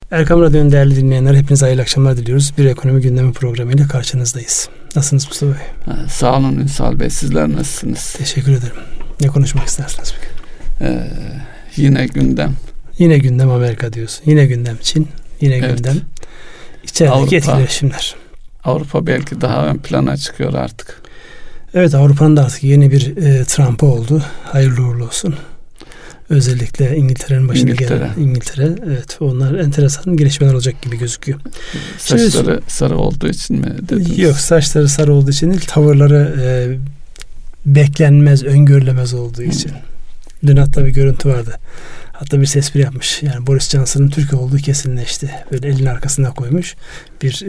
Erkam Radyo'nun değerli dinleyenler, hepinize hayırlı akşamlar diliyoruz. Bir ekonomi gündemi programıyla karşınızdayız. Nasılsınız Mustafa Bey? Sağ olun Ünsal Bey. Sizler nasılsınız? Teşekkür ederim. Ne konuşmak istersiniz bugün? Yine gündem. Yine gündem Amerika diyorsun. Yine gündem Çin. Yine gündem içerideki etkileşimler. Avrupa belki daha ön plana çıkıyor artık. Evet, Avrupa'nın da artık yeni bir Trump'ı oldu. Hayırlı uğurlu olsun. Özellikle İngiltere'nin başına gelen İngiltere. Evet, onlar enteresan gelişmeler olacak gibi gözüküyor. Saçları sarı olduğu için mi dediniz? Yok, saçları sarı olduğu için değil, tavırları beklenmez, öngörülemez olduğu için. Dün hatta bir görüntü vardı. Hatta bir espri yapmış. Yani Boris Johnson'ın Türk olduğu kesinleşti. Böyle elini arkasına koymuş. Bir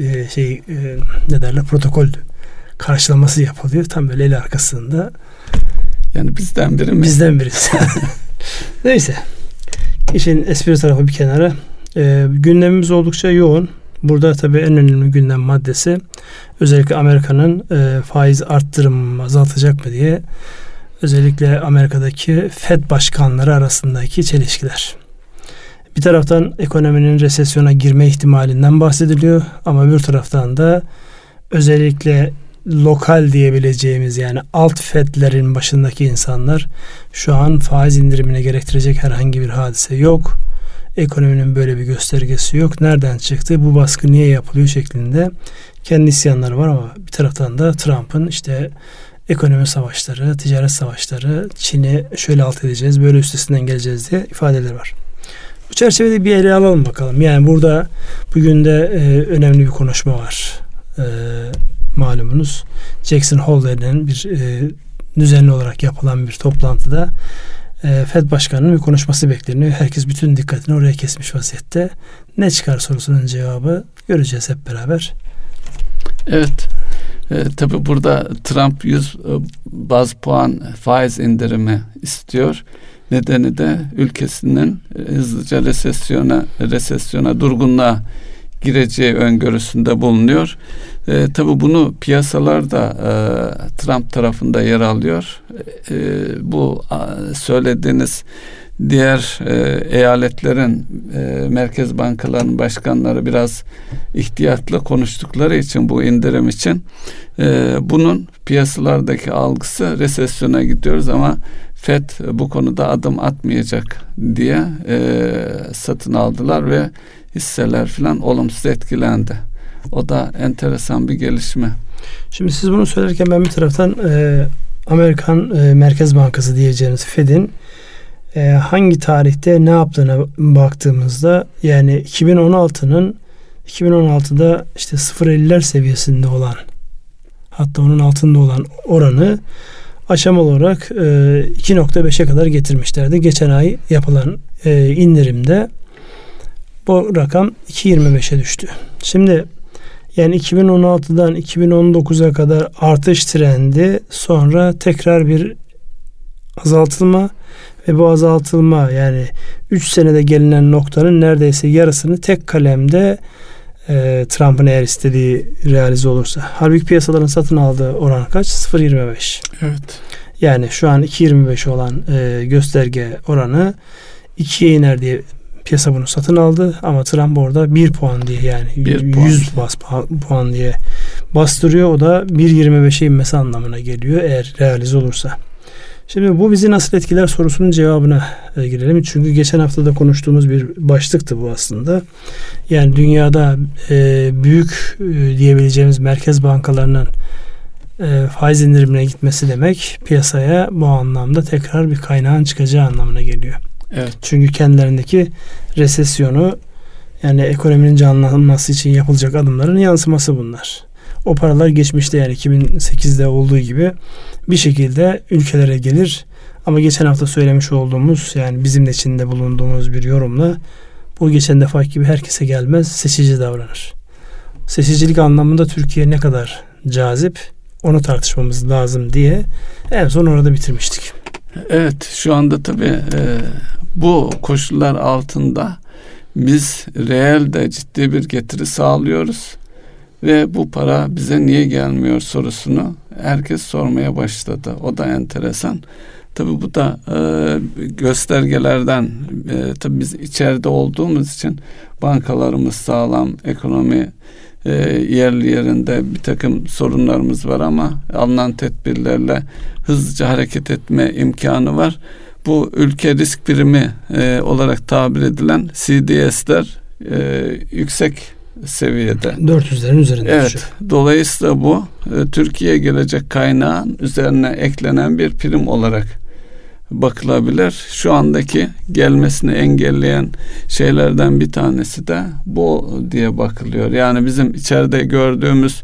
protokol karşılaması yapılıyor. Tam böyle eli arkasında. Yani bizden biri mi? Bizden birisi. Neyse. İşin espri tarafı bir kenara. Gündemimiz oldukça yoğun. Burada tabii en önemli gündem maddesi özellikle Amerika'nın faiz arttırımını azaltacak mı diye, özellikle Amerika'daki Fed başkanları arasındaki çelişkiler. Bir taraftan ekonominin resesyona girme ihtimalinden bahsediliyor ama bir taraftan da özellikle lokal diyebileceğimiz, yani alt Fed'lerin başındaki insanlar şu an faiz indirimine gerektirecek herhangi bir hadise yok. Ekonominin böyle bir göstergesi yok. Nereden çıktı? Bu baskı niye yapılıyor şeklinde kendi isyanları var ama bir taraftan da Trump'ın işte ekonomi savaşları, ticaret savaşları, Çin'i şöyle alt edeceğiz, böyle üstesinden geleceğiz diye ifadeleri var. Bu çerçevede bir ele alalım bakalım. Yani burada bugün de önemli bir konuşma var. Malumunuz Jackson Hole denen bir düzenli olarak yapılan bir toplantıda Fed Başkanı'nın bir konuşması bekleniyor. Herkes bütün dikkatini oraya kesmiş vaziyette. Ne çıkar sorusunun cevabı göreceğiz hep beraber. Evet. Tabii burada Trump 100 baz puan faiz indirimi istiyor. Nedeni de ülkesinin hızlıca resesyona, durgunluğa gireceği öngörüsünde bulunuyor. Tabii bunu piyasalar da Trump tarafında yer alıyor. Bu söylediğiniz diğer eyaletlerin merkez bankalarının başkanları biraz ihtiyatlı konuştukları için bu indirim için bunun piyasalardaki algısı resesyona gidiyoruz ama Fed bu konuda adım atmayacak diye satın aldılar ve hisseler falan olumsuz etkilendi. O da enteresan bir gelişme. Şimdi siz bunu söylerken ben bir taraftan Amerikan Merkez Bankası diyeceğimiz Fed'in hangi tarihte ne yaptığına baktığımızda, yani 2016'da işte 0.50'ler seviyesinde olan, hatta onun altında olan oranı aşamalı olarak 2.5'e kadar getirmişlerdi. Geçen ay yapılan indirimde bu rakam 2.25'e düştü. Şimdi yani 2016'dan 2019'a kadar artış trendi, sonra tekrar bir azaltılma ve bu azaltılma, yani 3 senede gelinen noktanın neredeyse yarısını tek kalemde Trump'ın eğer istediği realize olursa. Halbuki piyasaların satın aldığı oran kaç? 0.25. Evet. Yani şu an 2.25 olan gösterge oranı 2'ye iner diye piyasa bunu satın aldı ama Trump orada 1 puan diye, yani 100 puan diye bastırıyor. O da 1.25'e inmesi anlamına geliyor eğer realize olursa. Şimdi bu bizi nasıl etkiler sorusunun cevabına girelim. Çünkü geçen hafta da konuştuğumuz bir başlıktı bu aslında. Yani dünyada büyük diyebileceğimiz merkez bankalarının faiz indirimine gitmesi demek, piyasaya bu anlamda tekrar bir kaynağın çıkacağı anlamına geliyor. Evet. Çünkü kendilerindeki resesyonu, yani ekonominin canlanması için yapılacak adımların yansıması bunlar. O paralar geçmişte, yani 2008'de olduğu gibi bir şekilde ülkelere gelir. Ama geçen hafta söylemiş olduğumuz, yani bizim de içinde bulunduğumuz bir yorumla, bu geçen defa gibi herkese gelmez, seçici davranır. Seçicilik anlamında Türkiye ne kadar cazip, onu tartışmamız lazım diye en son orada bitirmiştik. Evet, şu anda tabii bu koşullar altında biz reelde ciddi bir getiri sağlıyoruz ve bu para bize niye gelmiyor sorusunu herkes sormaya başladı. O da enteresan. Tabii bu da göstergelerden, tabii biz içeride olduğumuz için bankalarımız sağlam, ekonomi yerli yerinde, bir takım sorunlarımız var ama alınan tedbirlerle hızlıca hareket etme imkanı var. Bu ülke risk primi olarak tabir edilen CDS'ler yüksek seviyede. 400'lerin üzerinde. Evet. Dolayısıyla bu Türkiye'ye gelecek kaynağın üzerine eklenen bir prim olarak bakılabilir. Şu andaki gelmesini engelleyen şeylerden bir tanesi de bu diye bakılıyor. Yani bizim içeride gördüğümüz,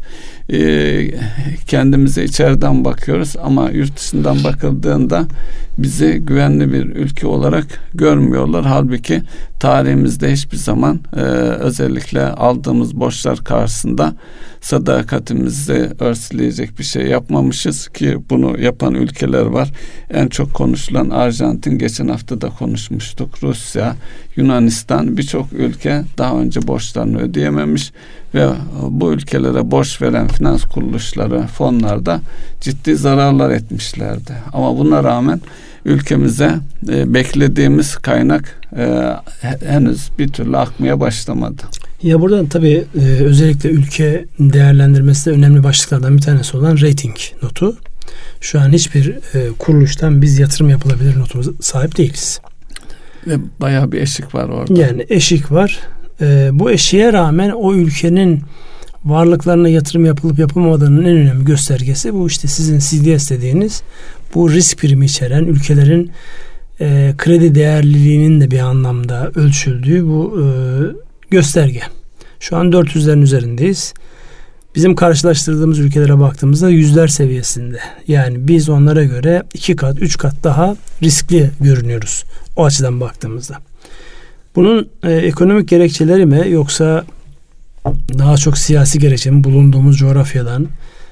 kendimize içeriden bakıyoruz ama yurt dışından bakıldığında bizi güvenli bir ülke olarak görmüyorlar. Halbuki tarihimizde hiçbir zaman özellikle aldığımız borçlar karşısında sadakatimizi örseleyecek bir şey yapmamışız ki bunu yapan ülkeler var. En çok konuşulan Arjantin, geçen hafta da konuşmuştuk. Rusya, Yunanistan, birçok ülke daha önce borçlarını ödeyememiş ve bu ülkelere borç veren finans kuruluşları, fonlar da ciddi zararlar etmişlerdi. Ama buna rağmen ülkemize beklediğimiz kaynak henüz bir türlü akmaya başlamadı. Ya buradan tabii özellikle ülke değerlendirmesi de önemli başlıklardan bir tanesi olan rating notu. Şu an hiçbir kuruluştan biz yatırım yapılabilir notumuza sahip değiliz. Ve bayağı bir eşik var orada. Yani eşik var. Bu eşiğe rağmen o ülkenin varlıklarına yatırım yapılıp yapılmadığının en önemli göstergesi bu, işte sizin CDS dediğiniz bu risk primi içeren ülkelerin kredi değerliliğinin de bir anlamda ölçüldüğü bu gösterge. Şu an 400'lerin üzerindeyiz. Bizim karşılaştırdığımız ülkelere baktığımızda yüzler seviyesinde. Yani biz onlara göre 2 kat, 3 kat daha riskli görünüyoruz o açıdan baktığımızda. Bunun ekonomik gerekçeleri mi, yoksa daha çok siyasi gerekçe mi, bulunduğumuz coğrafyadan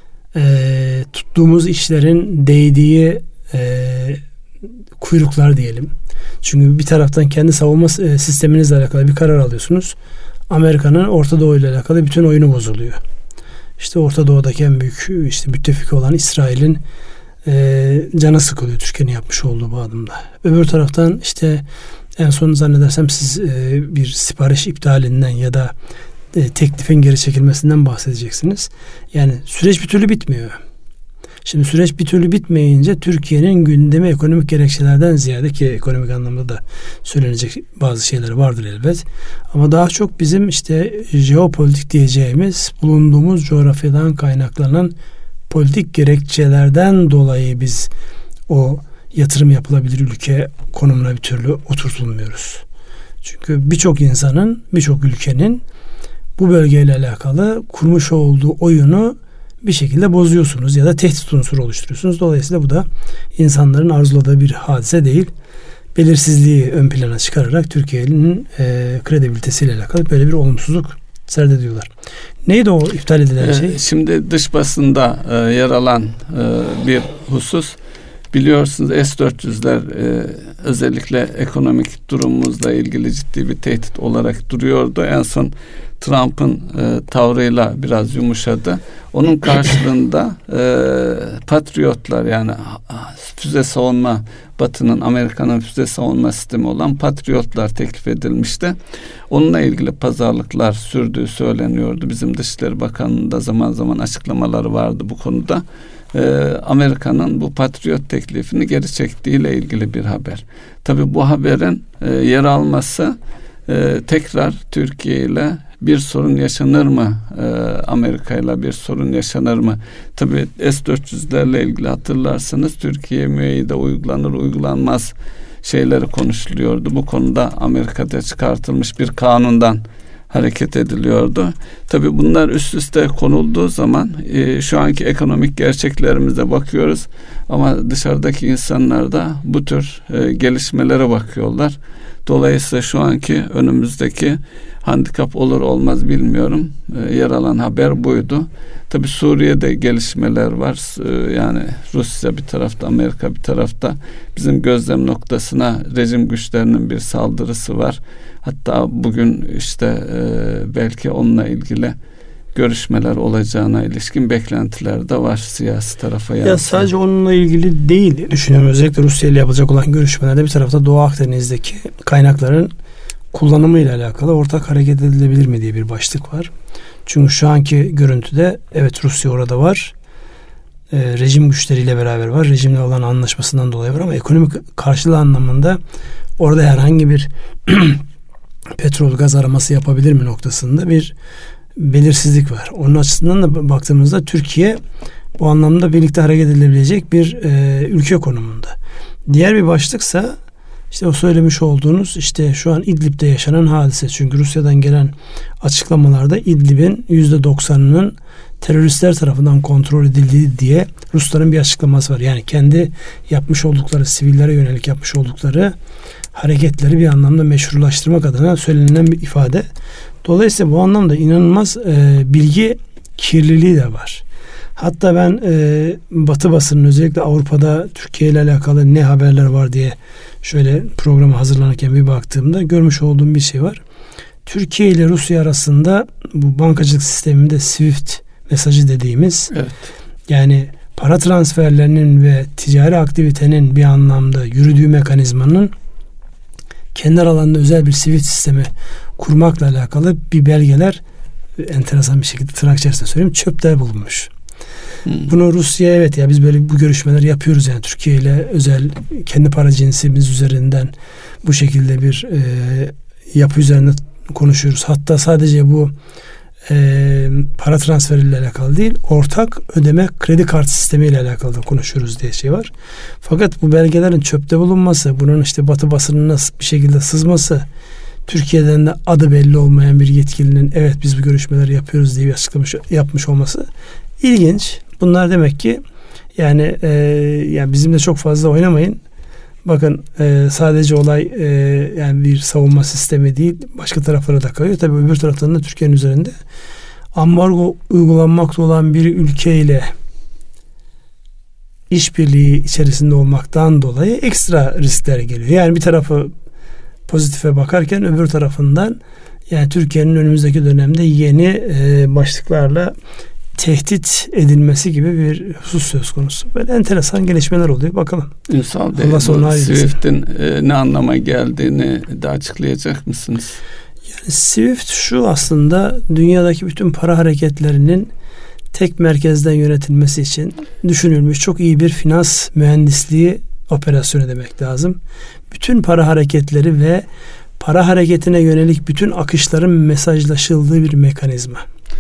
tuttuğumuz işlerin değdiği kuyruklar diyelim. Çünkü bir taraftan kendi savunma sisteminizle alakalı bir karar alıyorsunuz. Amerika'nın Orta Doğu ile alakalı bütün oyunu bozuluyor. İşte Orta Doğu'daki en büyük müttefik olan İsrail'in canı sıkılıyor Türkiye'nin yapmış olduğu bu adımda. Öbür taraftan işte en son zannedersem siz bir sipariş iptalinden ya da teklifin geri çekilmesinden bahsedeceksiniz. Yani süreç bir türlü bitmiyor. Şimdi süreç bir türlü bitmeyince Türkiye'nin gündemi ekonomik gerekçelerden ziyade, ki ekonomik anlamda da söylenecek bazı şeyler vardır elbet, ama daha çok bizim işte jeopolitik diyeceğimiz bulunduğumuz coğrafyadan kaynaklanan politik gerekçelerden dolayı biz o yatırım yapılabilir ülke konumuna bir türlü oturtulmuyoruz. Çünkü birçok insanın, birçok ülkenin bu bölgeyle alakalı kurmuş olduğu oyunu bir şekilde bozuyorsunuz ya da tehdit unsuru oluşturuyorsunuz. Dolayısıyla bu da insanların arzuladığı bir hadise değil. Belirsizliği ön plana çıkararak Türkiye'nin kredibilitesiyle alakalı böyle bir olumsuzluk serdediyorlar. Neydi o iptal edilen şey? Şimdi dış basında yer alan bir husus, biliyorsunuz S-400'ler özellikle ekonomik durumumuzla ilgili ciddi bir tehdit olarak duruyordu. En son Trump'ın tavrıyla biraz yumuşadı. Onun karşılığında Patriotlar, yani füze savunma, Batı'nın, Amerika'nın füze savunma sistemi olan Patriotlar teklif edilmişti. Onunla ilgili pazarlıklar sürdüğü söyleniyordu. Bizim Dışişleri Bakanı'nın da zaman zaman açıklamaları vardı bu konuda. Amerika'nın bu Patriot teklifini geri çektiğiyle ilgili bir haber. Tabii bu haberin yer alması tekrar Türkiye ile bir sorun yaşanır mı? Amerika ile bir sorun yaşanır mı? Tabii S-400'lerle ilgili hatırlarsanız Türkiye müeyyide uygulanır uygulanmaz şeyleri konuşuluyordu. Bu konuda Amerika'da çıkartılmış bir kanundan hareket ediliyordu. Tabii bunlar üst üste konulduğu zaman şu anki ekonomik gerçeklerimize bakıyoruz ama dışarıdaki insanlar da bu tür gelişmelere bakıyorlar. Dolayısıyla şu anki önümüzdeki handikap olur olmaz bilmiyorum. Yer alan haber buydu. Tabii Suriye'de gelişmeler var. Yani Rusya bir tarafta, Amerika bir tarafta. Bizim gözlem noktasına rejim güçlerinin bir saldırısı var. Hatta bugün işte belki onunla ilgili görüşmeler olacağına ilişkin beklentiler de var siyasi tarafa. Ya sadece onunla ilgili değil düşünüyorum. Özellikle Rusya ile yapılacak olan görüşmelerde bir tarafta Doğu Akdeniz'deki kaynakların kullanımıyla alakalı ortak hareket edilebilir mi diye bir başlık var. Çünkü şu anki görüntüde evet Rusya orada var. Rejim güçleriyle beraber var. Rejimle olan anlaşmasından dolayı var ama ekonomik karşılığı anlamında orada herhangi bir petrol gaz araması yapabilir mi noktasında bir belirsizlik var. Onun açısından da baktığımızda Türkiye bu anlamda birlikte hareket edilebilecek bir ülke konumunda. Diğer bir başlıksa işte o söylemiş olduğunuz işte şu an İdlib'de yaşanan hadise. Çünkü Rusya'dan gelen açıklamalarda İdlib'in %90'ının teröristler tarafından kontrol edildiği diye Rusların bir açıklaması var. Yani kendi yapmış oldukları, sivillere yönelik yapmış oldukları hareketleri bir anlamda meşrulaştırmak adına söylenen bir ifade. Dolayısıyla bu anlamda inanılmaz bilgi kirliliği de var. Hatta ben Batı basının özellikle Avrupa'da Türkiye ile alakalı ne haberler var diye şöyle programa hazırlanırken bir baktığımda görmüş olduğum bir şey var. Türkiye ile Rusya arasında bu bankacılık sisteminde SWIFT mesajı dediğimiz yani para transferlerinin ve ticari aktivitenin bir anlamda yürüdüğü mekanizmanın kendi aralarında özel bir SWIFT sistemi kurmakla alakalı bir belgeler enteresan bir şekilde tırnak içerisinde söyleyeyim çöpte bulunmuş. Bunu Rusya evet ya biz böyle bu görüşmeleri yapıyoruz yani Türkiye ile özel kendi para cinsimiz üzerinden bu şekilde bir yapı üzerinde konuşuyoruz. Hatta sadece bu para transferiyle alakalı değil ortak ödeme kredi kartı sistemiyle alakalı da konuşuyoruz diye şey var. Fakat bu belgelerin çöpte bulunması bunun işte Batı basınına bir şekilde sızması Türkiye'den de adı belli olmayan bir yetkilinin evet biz bu görüşmeleri yapıyoruz diye bir açıklama yapmış olması ilginç. Bunlar demek ki yani bizimle çok fazla oynamayın. Bakın sadece olay yani bir savunma sistemi değil başka taraflara da kayıyor. Tabii öbür taraftan da Türkiye'nin üzerinde ambargo uygulanmakta olan bir ülkeyle işbirliği içerisinde olmaktan dolayı ekstra riskler geliyor. Yani bir tarafı pozitife bakarken öbür tarafından yani Türkiye'nin önümüzdeki dönemde yeni başlıklarla tehdit edilmesi gibi bir husus söz konusu. Böyle enteresan gelişmeler oluyor. Bakalım. Ünsal Bey, SWIFT'in ne anlama geldiğini de açıklayacak mısınız? Yani SWIFT şu aslında dünyadaki bütün para hareketlerinin tek merkezden yönetilmesi için düşünülmüş çok iyi bir finans mühendisliği operasyonu demek lazım. Bütün para hareketleri ve para hareketine yönelik bütün akışların mesajlaşıldığı bir mekanizma.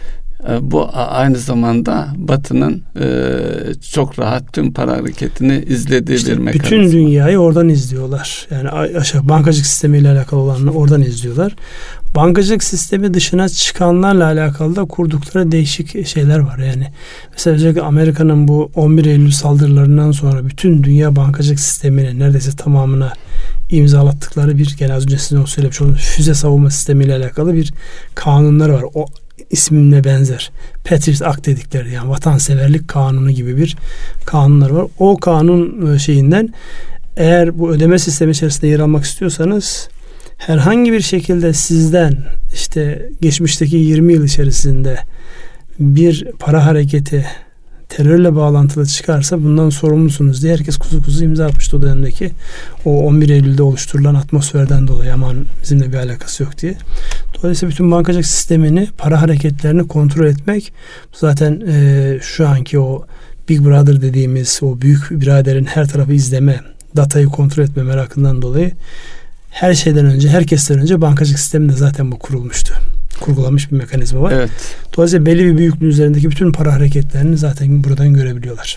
Bu aynı zamanda Batı'nın çok rahat tüm para hareketini izlediği bir mekanizma. Bütün dünyayı oradan izliyorlar. Yani aşağı bankacılık sistemiyle alakalı olanları oradan izliyorlar. Bankacılık sistemi dışına çıkanlarla alakalı da kurdukları değişik şeyler var. Yani mesela özellikle Amerika'nın bu 11 Eylül saldırılarından sonra bütün dünya bankacılık sistemini neredeyse tamamına imzalattıkları bir gene az önce sizin söylemiş olduğunuz füze savunma sistemiyle alakalı bir kanunları var. O ismine benzer. Patriot Act dedikleri yani vatanseverlik kanunu gibi bir kanunlar var. O kanun şeyinden eğer bu ödeme sistemi içerisinde yer almak istiyorsanız herhangi bir şekilde sizden işte geçmişteki 20 yıl içerisinde bir para hareketi terörle bağlantılı çıkarsa bundan sorumlusunuz diye herkes kuzu imza atmıştı o dönemdeki o 11 Eylül'de oluşturulan atmosferden dolayı aman bizimle bir alakası yok diye. Dolayısıyla bütün bankacılık sistemini, para hareketlerini kontrol etmek zaten şu anki o Big Brother dediğimiz o büyük biraderin her tarafı izleme, datayı kontrol etme merakından dolayı her şeyden önce, herkesten önce bankacılık sisteminde zaten bu kurulmuştu. Kurgulanmış bir mekanizma var. Evet. Dolayısıyla belli bir büyüklüğün üzerindeki bütün para hareketlerini zaten buradan görebiliyorlar.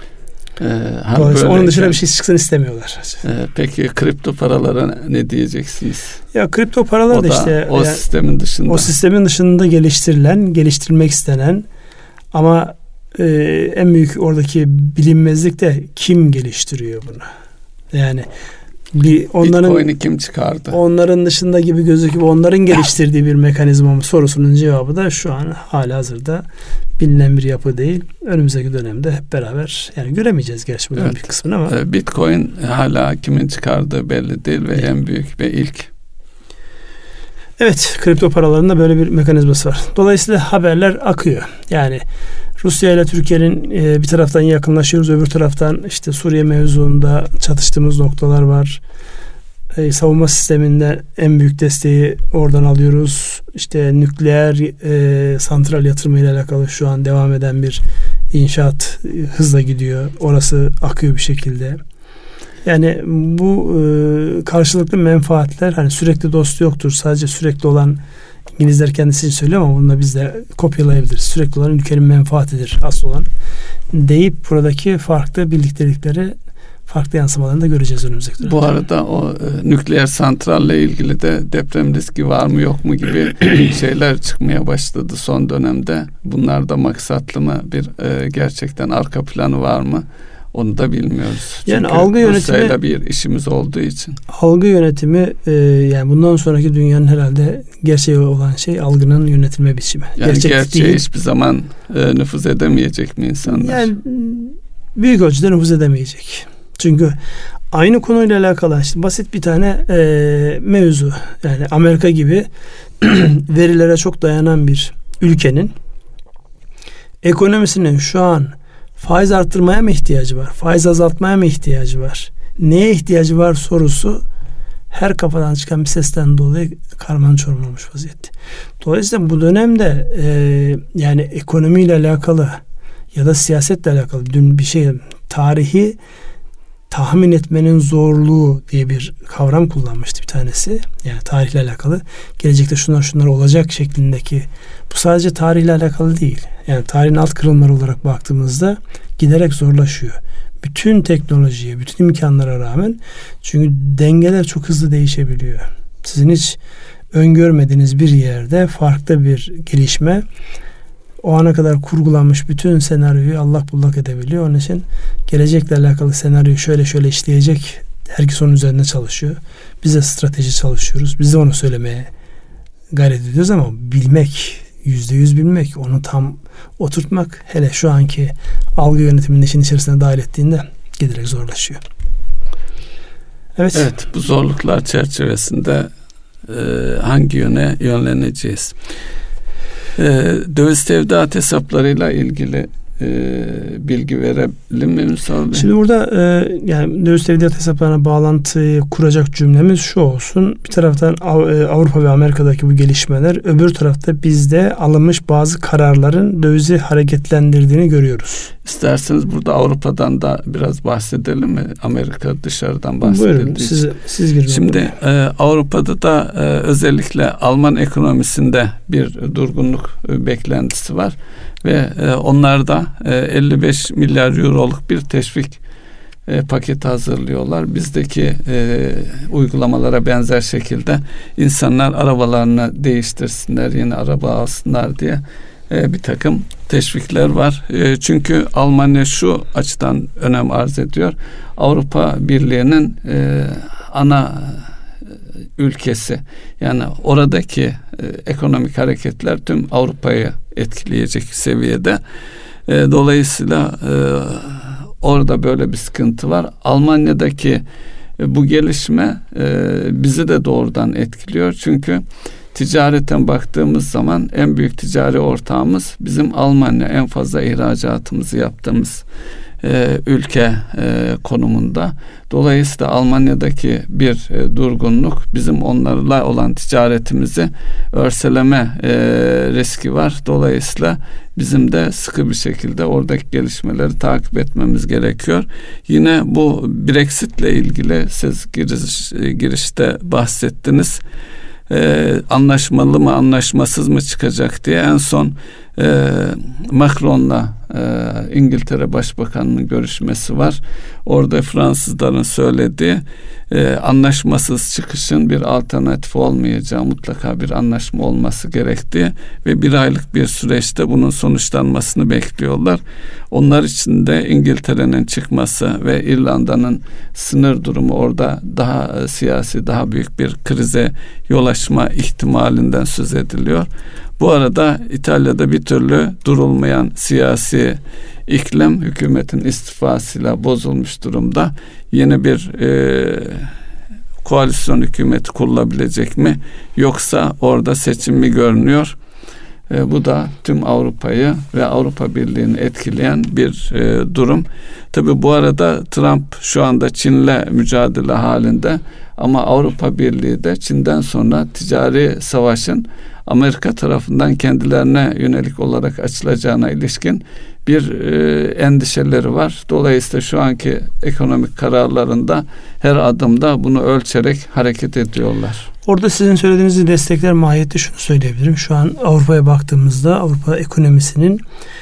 Dolayısıyla onun dışında bir şey çıksın istemiyorlar. Peki kripto paralara ne diyeceksiniz? Ya kripto paralar da işte o yani, sistemin dışında. O sistemin dışında geliştirilmek istenen ama en büyük oradaki bilinmezlik de kim geliştiriyor bunu? Yani Bitcoin'i kim çıkardı? Onların dışında gibi gözüküp onların geliştirdiği bir mekanizma mı sorusunun cevabı da şu an halihazırda bilinen bir yapı değil. Önümüzdeki dönemde hep beraber yani göremeyeceğiz gerçi bunun bir kısmını ama. Bitcoin hala kimin çıkardığı belli değil ve en büyük ve ilk. Evet, kripto paralarında böyle bir mekanizması var. Dolayısıyla haberler akıyor. Yani Rusya ile Türkiye'nin bir taraftan yakınlaşıyoruz, öbür taraftan işte Suriye mevzuunda çatıştığımız noktalar var. Savunma sisteminde en büyük desteği oradan alıyoruz. İşte nükleer santral yatırımıyla alakalı şu an devam eden bir inşaat hızla gidiyor. Orası akıyor bir şekilde. Yani bu karşılıklı menfaatler, hani sürekli dostu yoktur. Sadece sürekli olan, İngilizler kendisi için söylüyor ama bunu da biz de kopyalayabiliriz. Sürekli olan ülkenin menfaatidir asıl olan deyip buradaki farklı birliktelikleri, farklı yansımalarını da göreceğiz önümüzdeki dönemde. Bu arada o nükleer santralle ilgili de deprem riski var mı yok mu gibi şeyler çıkmaya başladı son dönemde. Bunlar da maksatlı mı, bir gerçekten arka planı var mı? Onu da bilmiyoruz. Yani çünkü algı yönetimi, Rusya'yla bir işimiz olduğu için. Algı yönetimi yani bundan sonraki dünyanın herhalde gerçeği olan şey algının yönetilme biçimi. Yani gerçeğe hiçbir zaman nüfuz edemeyecek mi insanlar? Yani büyük ölçüde nüfuz edemeyecek. Çünkü aynı konuyla alakalı işte basit bir tane mevzu. Yani Amerika gibi verilere çok dayanan bir ülkenin ekonomisinin şu an faiz arttırmaya mı ihtiyacı var? Faiz azaltmaya mı ihtiyacı var? Neye ihtiyacı var sorusu her kafadan çıkan bir sesten dolayı karman çorman olmuş vaziyette. Dolayısıyla bu dönemde yani ekonomiyle alakalı ya da siyasetle alakalı dün bir şey, tarihi tahmin etmenin zorluğu diye bir kavram kullanmıştı bir tanesi. Yani tarihle alakalı. Gelecekte şunlar olacak şeklindeki. Bu sadece tarihle alakalı değil. Yani tarihin alt kırılmaları olarak baktığımızda giderek zorlaşıyor. Bütün teknolojiye, bütün imkanlara rağmen, çünkü dengeler çok hızlı değişebiliyor. Sizin hiç öngörmediğiniz bir yerde farklı bir gelişme o ana kadar kurgulanmış bütün senaryoyu allak bullak edebiliyor. Onun için gelecekle alakalı senaryo şöyle işleyecek. Herkes onun üzerinde çalışıyor. Biz de strateji çalışıyoruz. Biz de onu söylemeye gayret ediyoruz ama bilmek, %100 bilmek, onu tam oturtmak, hele şu anki algı yönetiminin işin içerisine dahil ettiğinde giderek zorlaşıyor. Evet, bu zorluklar çerçevesinde hangi yöne yönleneceğiz? Döviz tevdiat hesaplarıyla ilgili bilgi verelim mi Ünsal Bey? Şimdi burada yani döviz tevdiat hesaplarına bağlantıyı kuracak cümlemiz şu olsun. Bir taraftan Avrupa ve Amerika'daki bu gelişmeler, öbür tarafta bizde alınmış bazı kararların dövizi hareketlendirdiğini görüyoruz. İsterseniz burada Avrupa'dan da biraz bahsedelim mi? Amerika dışarıdan bahsedildiği. Buyurun, siz girin. Şimdi Avrupa'da da özellikle Alman ekonomisinde bir durgunluk beklentisi var ve onlar da 55 milyar euroluk bir teşvik paketi hazırlıyorlar. Bizdeki uygulamalara benzer şekilde insanlar arabalarını değiştirsinler, yeni araba alsınlar diye bir takım teşvikler var. Çünkü Almanya şu açıdan önem arz ediyor. Avrupa Birliği'nin ana ülkesi. Yani oradaki ekonomik hareketler tüm Avrupa'yı etkileyecek seviyede. Dolayısıyla orada böyle bir sıkıntı var. Almanya'daki bu gelişme bizi de doğrudan etkiliyor. Çünkü ticareten baktığımız zaman en büyük ticari ortağımız bizim Almanya, en fazla ihracatımızı yaptığımız ülke konumunda. Dolayısıyla Almanya'daki bir durgunluk bizim onlarla olan ticaretimizi örseleme riski var. Dolayısıyla bizim de sıkı bir şekilde oradaki gelişmeleri takip etmemiz gerekiyor. Yine bu Brexit'le ilgili siz girişte bahsettiniz. Anlaşmalı mı anlaşmasız mı çıkacak diye en son Macron'la İngiltere Başbakanı'nın görüşmesi var. Orada Fransızların söylediği anlaşmasız çıkışın bir alternatif olmayacağı, mutlaka bir anlaşma olması gerektiği ve bir aylık bir süreçte bunun sonuçlanmasını bekliyorlar. Onlar için de İngiltere'nin çıkması ve İrlanda'nın sınır durumu orada daha siyasi, daha büyük bir krize yol açma ihtimalinden söz ediliyor. Bu arada İtalya'da bir türlü durulmayan siyasi iklim hükümetin istifasıyla bozulmuş durumda. Yeni bir koalisyon hükümeti kurulabilecek mi? Yoksa orada seçim mi görünüyor? Bu da tüm Avrupa'yı ve Avrupa Birliği'ni etkileyen bir durum. Tabii bu arada Trump şu anda Çin'le mücadele halinde ama Avrupa Birliği de Çin'den sonra ticari savaşın Amerika tarafından kendilerine yönelik olarak açılacağına ilişkin bir endişeleri var. Dolayısıyla şu anki ekonomik kararlarında her adımda bunu ölçerek hareket ediyorlar. Orada sizin söylediğinizi destekler mahiyette şunu söyleyebilirim. Şu an Avrupa'ya baktığımızda Avrupa ekonomisinin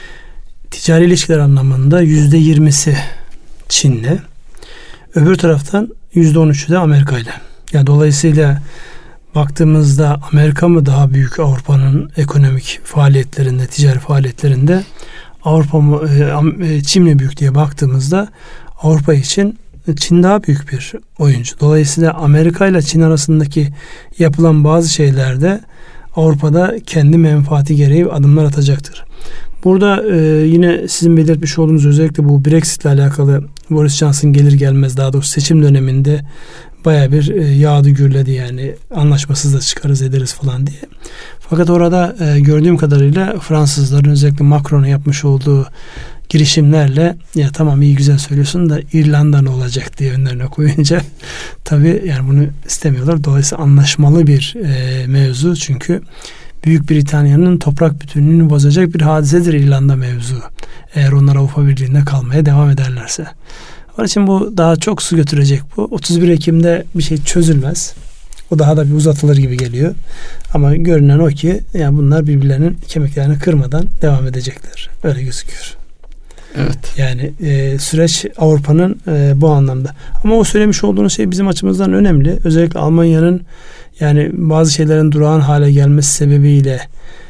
ticari ilişkiler anlamında %20'si Çin'le, öbür taraftan %13'ü de Amerika'yla. Yani dolayısıyla baktığımızda Amerika mı daha büyük Avrupa'nın ekonomik faaliyetlerinde, ticari faaliyetlerinde, Avrupa mı, Çin mi büyük diye baktığımızda Avrupa için Çin daha büyük bir oyuncu. Dolayısıyla Amerika ile Çin arasındaki yapılan bazı şeylerde Avrupa'da kendi menfaati gereği adımlar atacaktır. Burada yine sizin belirtmiş olduğunuz özellikle bu Brexit ile alakalı Boris Johnson gelir gelmez, daha doğrusu seçim döneminde baya bir yağdı gürledi, yani anlaşmasız da çıkarız ederiz falan diye. Fakat orada gördüğüm kadarıyla Fransızların özellikle Macron'a yapmış olduğu girişimlerle ya tamam iyi güzel söylüyorsun da İrlanda ne olacak diye önlerine koyunca tabii yani bunu istemiyorlar. Dolayısıyla anlaşmalı bir mevzu, çünkü Büyük Britanya'nın toprak bütünlüğünü bozacak bir hadisedir İrlanda mevzu. Eğer onlar Avrupa Birliği'nde kalmaya devam ederlerse. Onun için bu daha çok su götürecek bu. 31 Ekim'de bir şey çözülmez. O daha da bir uzatılır gibi geliyor. Ama görünen o ki yani bunlar birbirlerinin kemiklerini kırmadan devam edecekler. Öyle gözüküyor. Evet. Yani süreç Avrupa'nın bu anlamda. Ama o söylemiş olduğunuz şey bizim açımızdan önemli. Özellikle Almanya'nın yani bazı şeylerin durağan hale gelmesi sebebiyle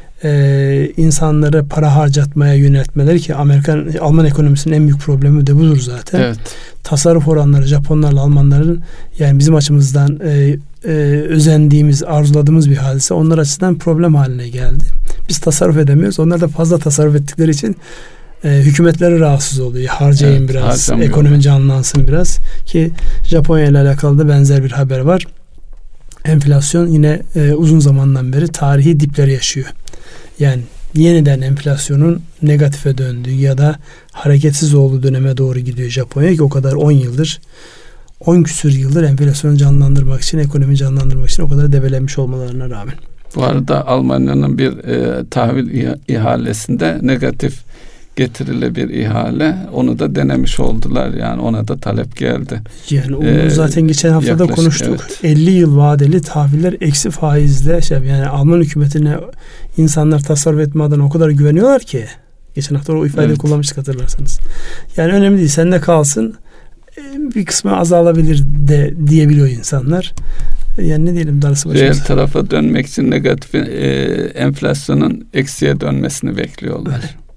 insanları para harcatmaya yöneltmeleri, ki Alman ekonomisinin en büyük problemi de budur zaten. Evet. Tasarruf oranları Japonlarla Almanların yani bizim açımızdan özendiğimiz, arzuladığımız bir hadise onlar açısından problem haline geldi. Biz tasarruf edemiyoruz. Onlar da fazla tasarruf ettikleri için hükümetleri rahatsız oluyor. Harcayın evet, biraz, ekonomi canlansın biraz. Ki Japonya ile alakalı da benzer bir haber var. Enflasyon yine uzun zamandan beri tarihi dipleri yaşıyor. Yani yeniden enflasyonun negatife döndüğü ya da hareketsiz olduğu döneme doğru gidiyor Japonya, ki o kadar 10 küsür yıldır enflasyonu canlandırmak için, ekonomi canlandırmak için o kadar debelenmiş olmalarına rağmen. Bu arada Almanya'nın bir tahvil ihalesinde negatif getirile bir ihale, onu da denemiş oldular, yani ona da talep geldi. Yani onu zaten geçen hafta da konuştuk. Evet. 50 yıl vadeli tahviller eksi faizle yani Alman hükümetine insanlar tasarruf etme adına o kadar güveniyorlar ki, geçen hafta o ifadeyi kullanmıştık hatırlarsanız. Yani önemli değil, sende kalsın, bir kısmı azalabilir de diyebiliyor insanlar. Yani ne diyelim, darısı başımıza. Diğer tarafa dönmek için negatif enflasyonun eksiye dönmesini bekliyorlar.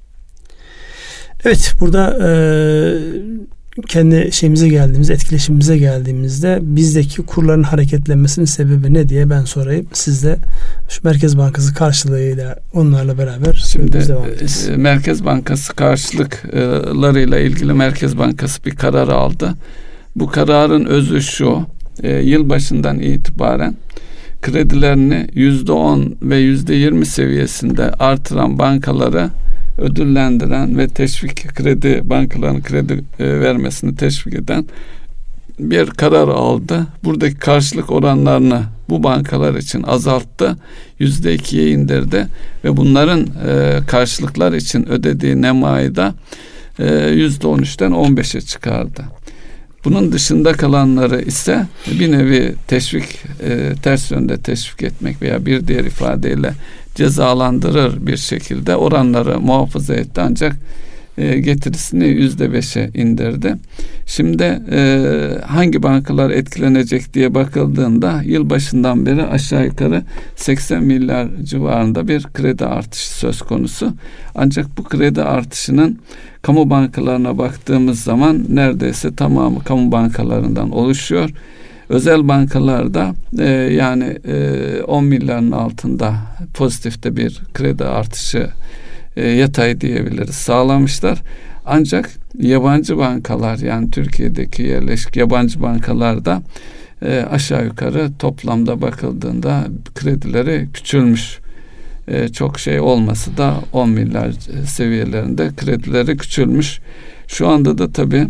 Evet, burada kendi şeyimize geldiğimizde, etkileşimimize geldiğimizde bizdeki kurların hareketlenmesinin sebebi ne diye ben sorayım. Siz de şu Merkez Bankası karşılığıyla onlarla beraber şimdi devam edeceğiz. Merkez Bankası karşılıklarıyla ilgili Merkez Bankası bir karar aldı. Bu kararın özü şu: yılbaşından itibaren kredilerini %10 ve %20 seviyesinde artıran bankalara ödüllendiren ve bankaların kredi vermesini teşvik eden bir karar aldı. Buradaki karşılık oranlarını bu bankalar için azalttı. %2'ye indirdi ve bunların karşılıklar için ödediği nemayı da %13'ten 15'e çıkardı. Bunun dışında kalanları ise bir nevi ters yönde teşvik etmek veya bir diğer ifadeyle cezalandırır bir şekilde oranları muhafaza etti, ancak getirisini %5'e indirdi. Şimdi hangi bankalar etkilenecek diye bakıldığında yılbaşından beri aşağı yukarı 80 milyar civarında bir kredi artışı söz konusu. Ancak bu kredi artışının kamu bankalarına baktığımız zaman neredeyse tamamı kamu bankalarından oluşuyor. Özel bankalarda yani 10 milyarın altında pozitifte bir kredi artışı yatay diyebiliriz sağlamışlar. Ancak yabancı bankalar, yani Türkiye'deki yerleşik yabancı bankalarda aşağı yukarı toplamda bakıldığında kredileri küçülmüş. Çok şey olması da 10 milyar seviyelerinde kredileri küçülmüş. Şu anda da tabii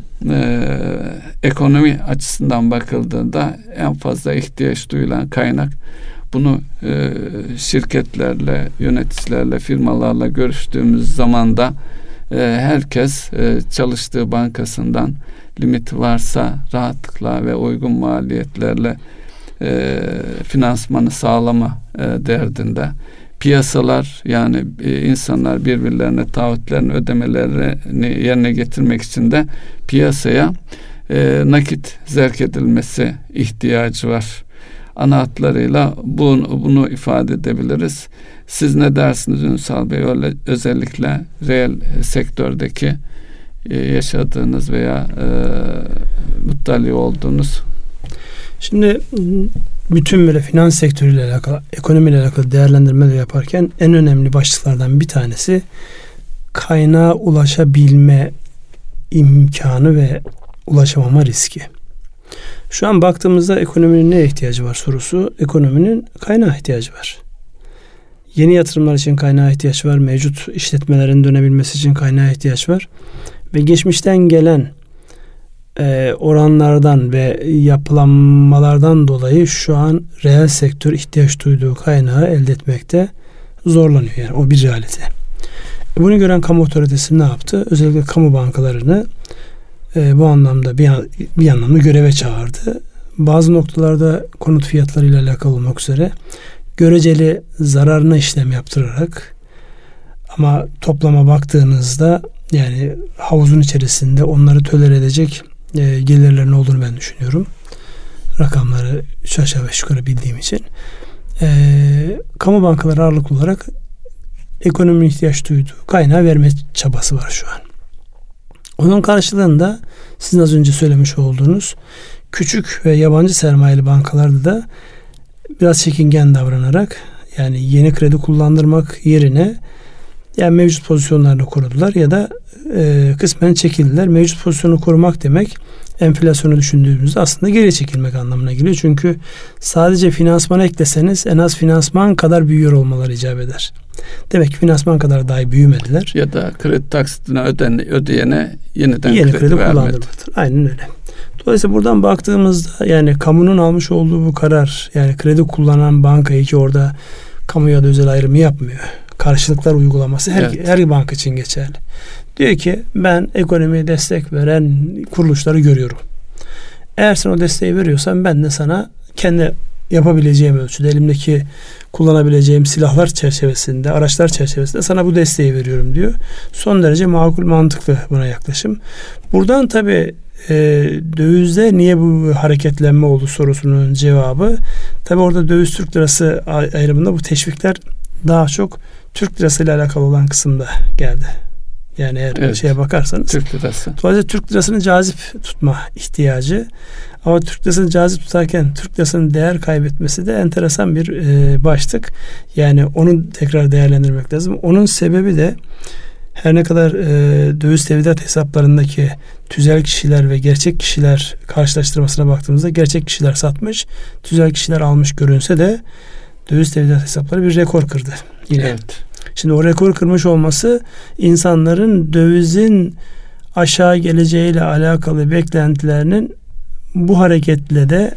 ekonomi açısından bakıldığında en fazla ihtiyaç duyulan kaynak, bunu şirketlerle, yöneticilerle, firmalarla görüştüğümüz zaman da herkes çalıştığı bankasından limit varsa rahatlıkla ve uygun maliyetlerle finansmanı sağlama derdinde. Piyasalar, yani insanlar birbirlerine taahhütlerini, ödemelerini yerine getirmek için de piyasaya nakit zerk edilmesi ihtiyacı var. Ana hatlarıyla bunu ifade edebiliriz. Siz ne dersiniz Ünsal Bey? Özellikle reel sektördeki yaşadığınız veya muttali olduğunuz. Şimdi bütün böyle finans sektörüyle alakalı, ekonomiyle alakalı değerlendirmeler yaparken en önemli başlıklardan bir tanesi kaynağa ulaşabilme imkanı ve ulaşamama riski. Şu an baktığımızda ekonominin neye ihtiyacı var sorusu, ekonominin kaynağa ihtiyacı var. Yeni yatırımlar için kaynağa ihtiyaç var. Mevcut işletmelerin dönebilmesi için kaynağa ihtiyaç var. Ve geçmişten gelen oranlardan ve yapılanmalardan dolayı şu an reel sektör ihtiyaç duyduğu kaynağı elde etmekte zorlanıyor. Yani o bir realite. Bunu gören kamu otoritesi ne yaptı? Özellikle kamu bankalarını bu anlamda bir anlamda göreve çağırdı. Bazı noktalarda konut fiyatlarıyla alakalı olmak üzere göreceli zararına işlem yaptırarak, ama toplama baktığınızda yani havuzun içerisinde onları tolere edecek gelirlerin olduğunu ben düşünüyorum. Rakamları üç aşağı beş yukarı bildiğim için. Kamu bankaları ağırlıklı olarak ekonominin ihtiyaç duyduğu kaynağı verme çabası var şu an. Onun karşılığında sizin az önce söylemiş olduğunuz küçük ve yabancı sermayeli bankalarda da biraz çekingen davranarak, yani yeni kredi kullandırmak yerine yani mevcut pozisyonlarını korudular ya da kısmen çekildiler. Mevcut pozisyonu korumak demek, enflasyonu düşündüğümüzde aslında geri çekilmek anlamına geliyor. Çünkü sadece finansmana ekleseniz en az finansman kadar büyüyor olmaları icap eder. Demek ki finansman kadar dahi büyümediler. Ya da kredi taksitine ödeyene yeniden yeni kredi kullandırmaktır. Aynen öyle. Dolayısıyla buradan baktığımızda yani kamunun almış olduğu bu karar, yani kredi kullanan bankayı, ki orada kamu ya da özel ayrımı yapmıyor, karşılıklar uygulaması her banka için geçerli. Diyor ki ben ekonomiye destek veren kuruluşları görüyorum. Eğer sen o desteği veriyorsan ben de sana kendi yapabileceğim ölçüde, elimdeki kullanabileceğim silahlar çerçevesinde, araçlar çerçevesinde sana bu desteği veriyorum diyor. Son derece makul, mantıklı buna yaklaşım. Buradan tabii dövizde niye bu hareketlenme oldu sorusunun cevabı, tabii orada döviz Türk lirası ayrımında bu teşvikler daha çok Türk lirası ile alakalı olan kısımda geldi. Yani eğer şeye bakarsanız Türk lirası. Dolayısıyla Türk lirasını cazip tutma ihtiyacı, ama Türk lirasını cazip tutarken Türk lirasının değer kaybetmesi de enteresan bir başlık. Yani onu tekrar değerlendirmek lazım. Onun sebebi de her ne kadar döviz tevdiat hesaplarındaki tüzel kişiler ve gerçek kişiler karşılaştırmasına baktığımızda gerçek kişiler satmış, tüzel kişiler almış görünse de döviz tevdiat hesapları bir rekor kırdı yine. Evet. Şimdi o rekor kırmış olması insanların dövizin aşağı geleceğiyle alakalı beklentilerinin bu hareketle de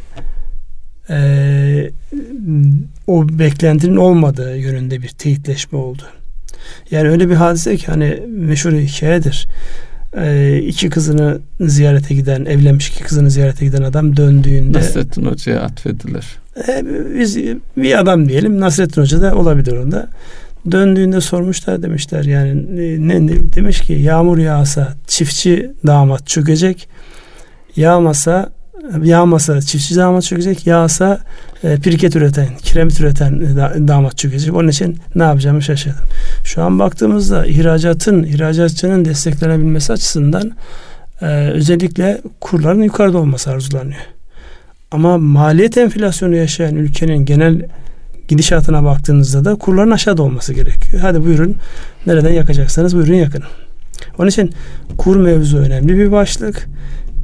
o beklentinin olmadığı yönünde bir teyitleşme oldu. Yani öyle bir hadise ki, hani meşhur hikayedir. İki kızını ziyarete giden, evlenmiş iki kızını ziyarete giden adam döndüğünde Nasrettin Hoca'ya atfedilir. Biz bir adam diyelim, Nasrettin Hoca da olabilir onda. Döndüğünde sormuşlar, demişler yani ne demiş ki, yağmur yağsa çiftçi damat çökecek, yağmasa çiftçi damat çökecek, yağsa pirket üreten, kiremit üreten damat çökecek. Onun için ne yapacağımı şaşırdım. Şu an baktığımızda ihracatçının desteklenebilmesi açısından özellikle kurların yukarıda olması arzulanıyor. Ama maliyet enflasyonu yaşayan ülkenin genel gidişatına baktığınızda da kurların aşağıda olması gerekiyor. Hadi buyurun, nereden yakacaksanız buyurun yakın. Onun için kur mevzu önemli bir başlık.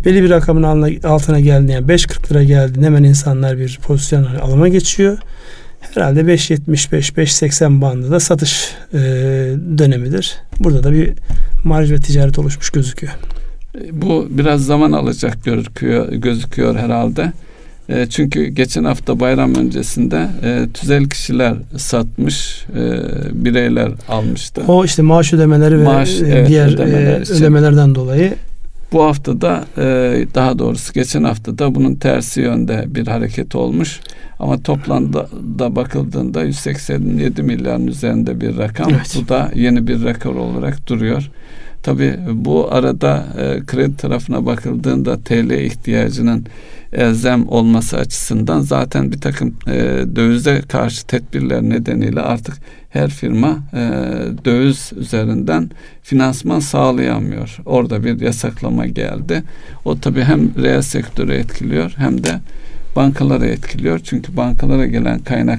belli bir rakamın altına geldiğinde, yani 5.40 lira geldiğinde hemen insanlar bir pozisyon alıma geçiyor. Herhalde 5.75-5.80 bandında da satış dönemidir. Burada da bir marj ve ticaret oluşmuş gözüküyor. Bu biraz zaman alacak gözüküyor herhalde. Çünkü geçen hafta bayram öncesinde tüzel kişiler satmış, bireyler almıştı. O işte maaş ödemeleri ve diğer ödemelerden dolayı. Bu hafta da daha doğrusu geçen hafta da bunun tersi yönde bir hareket olmuş. Ama toplamda da bakıldığında 187 milyarın üzerinde bir rakam. Evet. Bu da yeni bir rekor olarak duruyor. Tabii bu arada kredi tarafına bakıldığında TL ihtiyacının elzem olması açısından zaten bir takım dövize karşı tedbirler nedeniyle artık her firma döviz üzerinden finansman sağlayamıyor. Orada bir yasaklama geldi. O tabii hem reel sektörü etkiliyor hem de bankaları etkiliyor. Çünkü bankalara gelen kaynak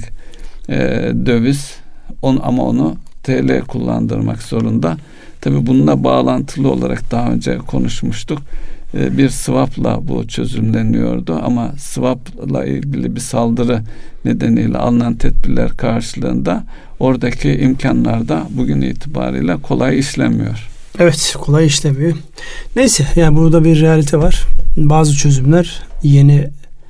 döviz ama onu TL kullandırmak zorunda. Tabii bununla bağlantılı olarak daha önce konuşmuştuk. Bir swap'la bu çözümleniyordu ama swap'la ilgili bir saldırı nedeniyle alınan tedbirler karşılığında oradaki imkanlar da bugün itibariyle kolay işlemiyor. Evet, kolay işlemiyor. Neyse, yani burada bir realite var. Bazı çözümler yeni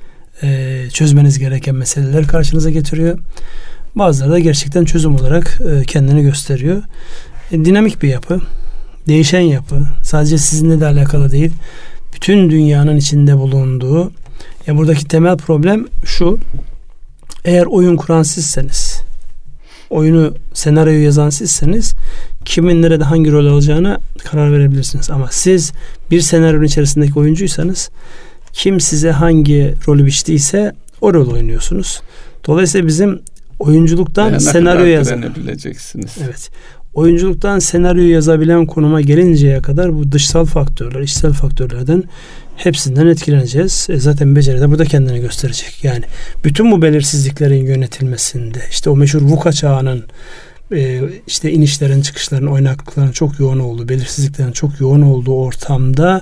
çözmeniz gereken meseleler karşınıza getiriyor. Bazıları da gerçekten çözüm olarak kendini gösteriyor. Dinamik bir yapı, değişen yapı, sadece sizinle de alakalı değil, bütün dünyanın içinde bulunduğu. Buradaki temel problem şu: eğer oyun kuran sizseniz, oyunu, senaryoyu yazan sizseniz, kimin nerede hangi rol alacağına karar verebilirsiniz. Ama siz bir senaryonun içerisindeki oyuncuysanız, kim size hangi rolü biçtiyse o rol oynuyorsunuz. Dolayısıyla bizim oyunculuktan senaryo yazan, evet, oyunculuktan senaryo yazabilen konuma gelinceye kadar bu dışsal faktörler, içsel faktörlerden hepsinden etkileneceğiz. Zaten beceri de burada kendini gösterecek. Yani bütün bu belirsizliklerin yönetilmesinde, işte o meşhur VUCA çağının işte inişlerin, çıkışların, oynaklıkların çok yoğun olduğu, belirsizliklerin çok yoğun olduğu ortamda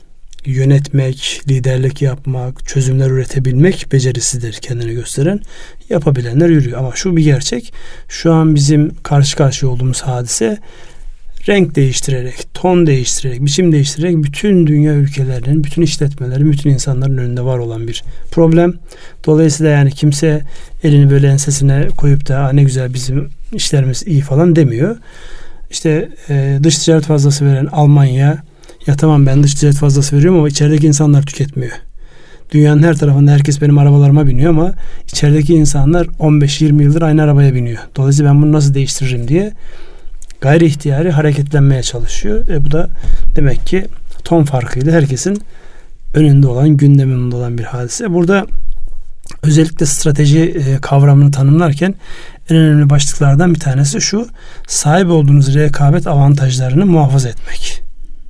yönetmek, liderlik yapmak, çözümler üretebilmek becerisidir kendini gösteren. Yapabilenler yürüyor. Ama şu bir gerçek: şu an bizim karşı karşıya olduğumuz hadise renk değiştirerek, ton değiştirerek, biçim değiştirerek bütün dünya ülkelerinin, bütün işletmelerin, bütün insanların önünde var olan bir problem. Dolayısıyla yani kimse elini böyle ensesine koyup da ne güzel bizim işlerimiz iyi falan demiyor. İşte dış ticaret fazlası veren Almanya, ya tamam ben dış ticaret fazlası veriyorum ama içerideki insanlar tüketmiyor. Dünyanın her tarafında herkes benim arabalarıma biniyor ama içerideki insanlar 15-20 yıldır aynı arabaya biniyor. Dolayısıyla ben bunu nasıl değiştiririm diye gayri ihtiyari hareketlenmeye çalışıyor. Bu da demek ki ton farkıyla herkesin önünde olan, gündeminde olan bir hadise. Burada özellikle strateji kavramını tanımlarken en önemli başlıklardan bir tanesi şu: sahip olduğunuz rekabet avantajlarını muhafaza etmek.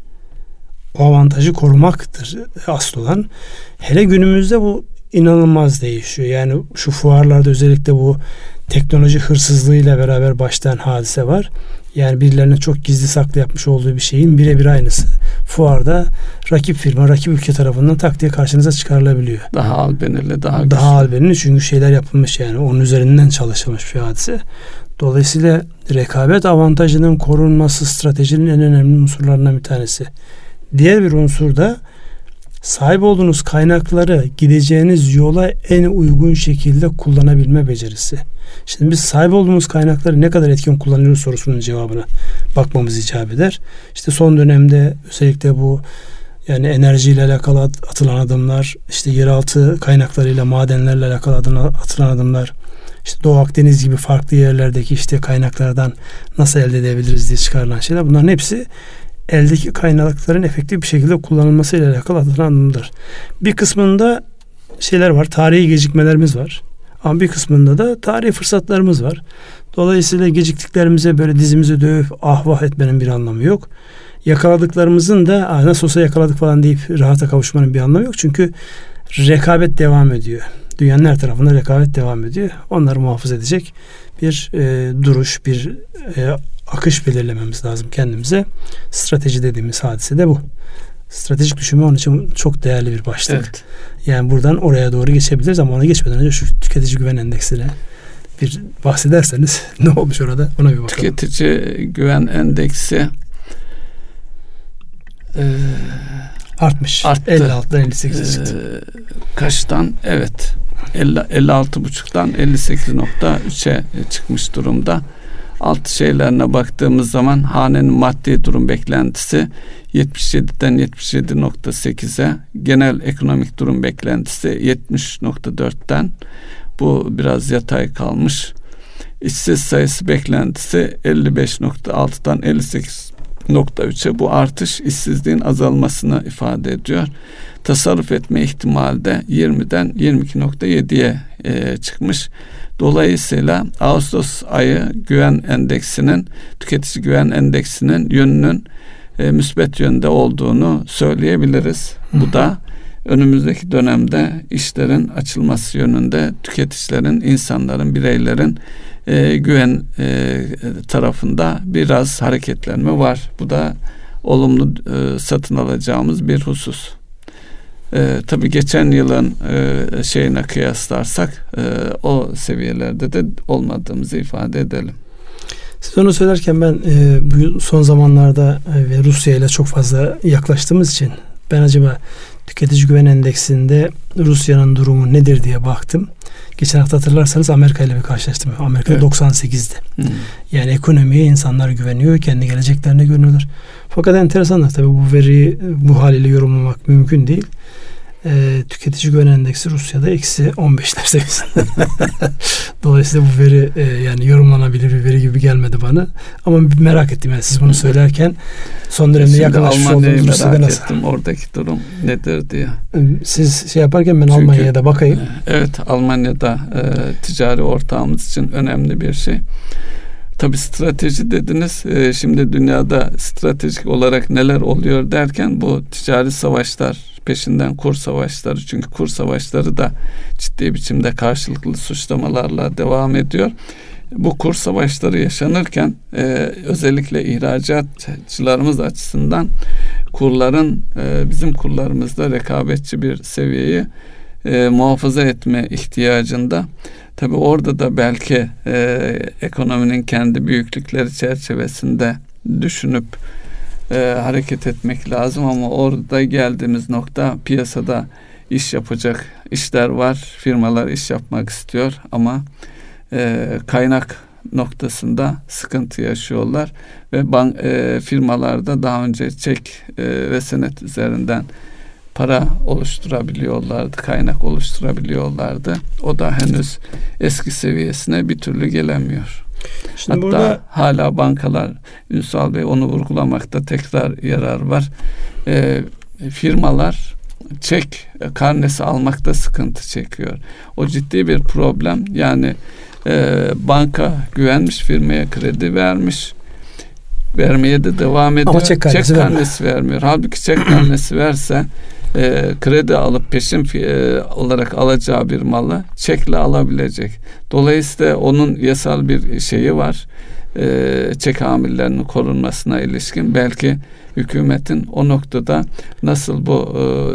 O avantajı korumaktır asıl olan. Hele günümüzde bu inanılmaz değişiyor. Yani şu fuarlarda özellikle bu teknoloji hırsızlığıyla beraber başlayan hadise var. Yani birilerinin çok gizli saklı yapmış olduğu bir şeyin birebir aynısı Fuarda rakip firma, rakip ülke tarafından tak diye karşınıza çıkarılabiliyor. Daha albenili, daha albenili, çünkü şeyler yapılmış, yani onun üzerinden çalışılmış bir hadise. Dolayısıyla rekabet avantajının korunması stratejinin en önemli unsurlarından bir tanesi. Diğer bir unsur da sahip olduğunuz kaynakları gideceğiniz yola en uygun şekilde kullanabilme becerisi. Şimdi biz sahip olduğumuz kaynakları ne kadar etkin kullanıyoruz sorusunun cevabına bakmamız icap eder. İşte son dönemde özellikle bu, yani enerjiyle alakalı atılan adımlar, işte yeraltı kaynaklarıyla, madenlerle alakalı atılan adımlar, işte Doğu Akdeniz gibi farklı yerlerdeki işte kaynaklardan nasıl elde edebiliriz diye çıkarılan şeyler. Bunların hepsi eldeki kaynakların efektif bir şekilde kullanılması ile alakalı atılan adımlar. Bir kısmında şeyler var, tarihi gecikmelerimiz var. Ama bir kısmında da tarihi fırsatlarımız var. Dolayısıyla geciktiklerimize böyle dizimizi dövüp vah etmenin bir anlamı yok. Yakaladıklarımızın da nasıl olsa yakaladık falan deyip rahata kavuşmanın bir anlamı yok. Çünkü rekabet devam ediyor. Dünyanın her tarafında rekabet devam ediyor. Onları muhafaza edecek bir duruş, bir akış belirlememiz lazım kendimize. Strateji dediğimiz hadise de bu. Stratejik düşünme onun için çok değerli bir başlık. Evet. Yani buradan oraya doğru geçebiliriz ama ona geçmeden önce şu tüketici güven endeksine bir bahsederseniz ne olmuş orada, ona bir bakalım. Tüketici güven endeksi artmış. Arttı. 56'dan 58'e çıktı. Kaçtan? Evet. 56,5'tan 58,3'e çıkmış durumda. Alt şeylerine baktığımız zaman hanenin maddi durum beklentisi 77'den 77,8'e, genel ekonomik durum beklentisi 70,4'ten, bu biraz yatay kalmış. İşsiz sayısı beklentisi 55,6'dan 58,3'e, bu artış işsizliğin azalmasını ifade ediyor. Tasarruf etme ihtimali de 20'den 22,7'ye çıkmış. Dolayısıyla Ağustos ayı güven endeksinin, tüketici güven endeksinin yönünün müsbet yönde olduğunu söyleyebiliriz. Bu da önümüzdeki dönemde işlerin açılması yönünde tüketicilerin, insanların, bireylerin güven tarafında biraz hareketlenme var. Bu da olumlu satın alacağımız bir husus. Tabii geçen yılın şeyine kıyaslarsak o seviyelerde de olmadığımızı ifade edelim. Siz onu söylerken ben bu son zamanlarda ve Rusya ile çok fazla yaklaştığımız için ben acaba tüketici güven endeksinde Rusya'nın durumu nedir diye baktım. Geçen hafta hatırlarsanız Amerika ile bir karşılaştım. Amerika evet. 98'di. Yani ekonomiye insanlar güveniyor, kendi geleceklerine güveniyorlar. Fakat enteresanlar tabii, bu veriyi bu haliyle yorumlamak mümkün değil. Tüketici güven endeksi Rusya'da -15'ler seviyesinde. Dolayısıyla bu veri yani yorumlanabilir bir veri gibi gelmedi bana. Ama merak ettim yani siz bunu söylerken son dönemde yaklaşmış olduğunuz Rusya'da nasıl? Ettim, oradaki durum nedir diye. Siz şey yaparken ben Almanya'ya da bakayım. Evet, Almanya'da ticari ortağımız için önemli bir şey. Tabii strateji dediniz. Şimdi dünyada stratejik olarak neler oluyor derken bu ticari savaşlar, peşinden kur savaşları, çünkü kur savaşları da ciddi biçimde karşılıklı suçlamalarla devam ediyor. Bu kur savaşları yaşanırken özellikle ihracatçılarımız açısından kurların bizim kurlarımızda rekabetçi bir seviyeyi muhafaza etme ihtiyacında. Tabii orada da belki ekonominin kendi büyüklükleri çerçevesinde düşünüp hareket etmek lazım ama orada geldiğimiz nokta, piyasada iş yapacak işler var. Firmalar iş yapmak istiyor ama kaynak noktasında sıkıntı yaşıyorlar ve firmalarda daha önce çek ve senet üzerinden para oluşturabiliyorlardı, kaynak oluşturabiliyorlardı. O da henüz eski seviyesine bir türlü gelemiyor. Şimdi hatta burada hala bankalar, Ünsal Bey onu vurgulamakta tekrar yarar var. Firmalar çek karnesi almakta sıkıntı çekiyor. O ciddi bir problem. Yani banka güvenmiş firmaya kredi vermiş, vermeye de devam ediyor. Ama çek karnesi vermiyor. Halbuki çek karnesi verse kredi alıp peşin olarak alacağı bir malı çekle alabilecek. Dolayısıyla onun yasal bir şeyi var. Çek amirlerinin korunmasına ilişkin. Belki hükümetin o noktada nasıl bu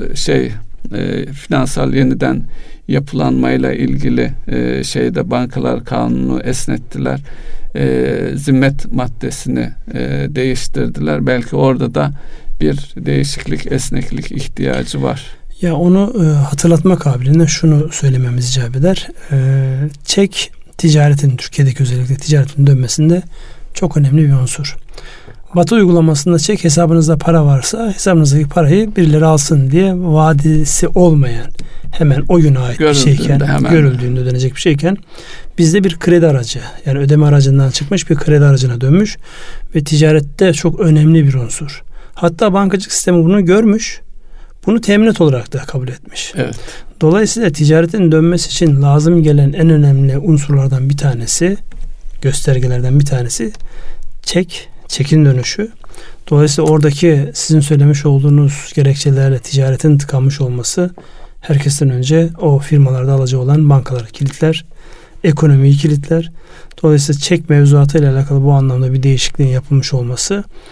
finansal yeniden yapılanmayla ilgili şeyde bankalar kanunu esnettiler. Zimmet maddesini değiştirdiler. Belki orada da bir değişiklik, esneklik ihtiyacı var. Ya onu hatırlatma kabiliğinden şunu söylememiz icap eder. Çek ticaretin, Türkiye'deki özellikle ticaretin dönmesinde çok önemli bir unsur. Batı uygulamasında çek hesabınızda para varsa hesabınızdaki parayı birileri alsın diye vadisi olmayan, hemen o güne ait bir şeyken, görüldüğünde ödenecek bir şeyken bizde bir kredi aracı, yani ödeme aracından çıkmış bir kredi aracına dönmüş ve ticarette çok önemli bir unsur. Hatta bankacılık sistemi bunu görmüş, bunu teminat olarak da kabul etmiş. Evet. Dolayısıyla ticaretin dönmesi için lazım gelen en önemli unsurlardan bir tanesi, göstergelerden bir tanesi çekin dönüşü. Dolayısıyla oradaki sizin söylemiş olduğunuz gerekçelerle ticaretin tıkanmış olması herkesten önce o firmalarda alıcı olan bankaları kilitler, ekonomiyi kilitler. Dolayısıyla çek mevzuatıyla alakalı bu anlamda bir değişikliğin yapılmış olması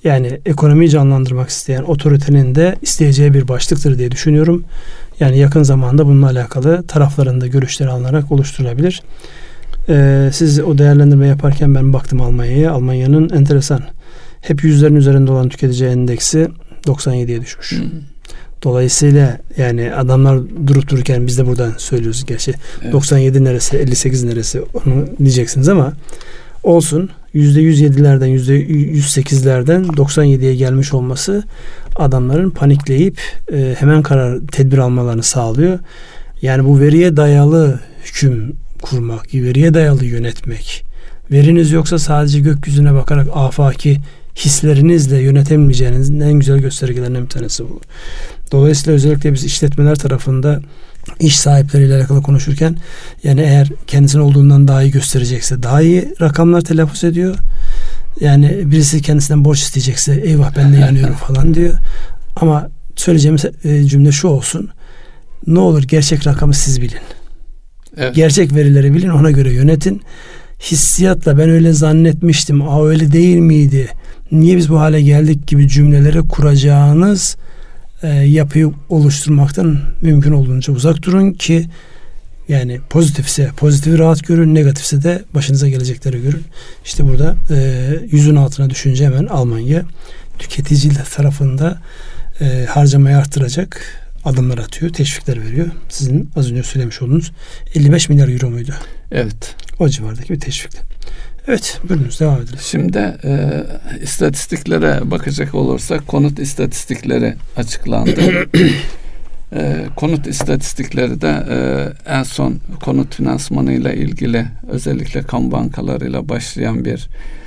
Yani ekonomiyi canlandırmak isteyen otoritenin de isteyeceği bir başlıktır diye düşünüyorum. Yani yakın zamanda bununla alakalı tarafların da görüşleri alınarak oluşturulabilir. Siz o değerlendirme yaparken ben baktım Almanya'ya. Almanya'nın enteresan, hep 100'lerin üzerinde olan tüketici endeksi 97'ye düşmüş. Dolayısıyla yani adamlar durup dururken biz de buradan söylüyoruz gerçi. Evet. 97 neresi, 58 neresi onu diyeceksiniz ama olsun. %107'lerden %108'lerden 97'ye gelmiş olması adamların panikleyip hemen tedbir almalarını sağlıyor. Yani bu veriye dayalı hüküm kurmak, veriye dayalı yönetmek. Veriniz yoksa sadece gökyüzüne bakarak afaki hislerinizle yönetemeyeceğinizin en güzel göstergelerinden bir tanesi bu. Dolayısıyla özellikle biz işletmeler tarafında iş sahipleriyle alakalı konuşurken yani eğer kendisinin olduğundan daha iyi gösterecekse daha iyi rakamlar telaffuz ediyor. Yani birisi kendisinden borç isteyecekse eyvah ben de yanıyorum falan diyor. Ama söyleyeceğimiz cümle şu olsun. Ne olur gerçek rakamı siz bilin. Evet. Gerçek verileri bilin, ona göre yönetin. Hissiyatla ben öyle zannetmiştim, öyle değil miydi, niye biz bu hale geldik gibi cümleleri kuracağınız yapıyı oluşturmaktan mümkün olduğunca uzak durun ki yani pozitifse pozitifi rahat görün, negatifse de başınıza gelecekleri görün. İşte burada yüzün altına düşünce hemen Almanya tüketiciler tarafında harcamayı arttıracak adımlar atıyor, teşvikler veriyor. Sizin az önce söylemiş olduğunuz 55 milyar euro muydu? Evet. O civardaki bir teşvikle. Evet, buyurunuz, devam edelim. Şimdi istatistiklere bakacak olursak konut istatistikleri açıklandı. Konut istatistikleri de en son konut finansmanıyla ilgili özellikle kamu bankalarıyla başlayan bir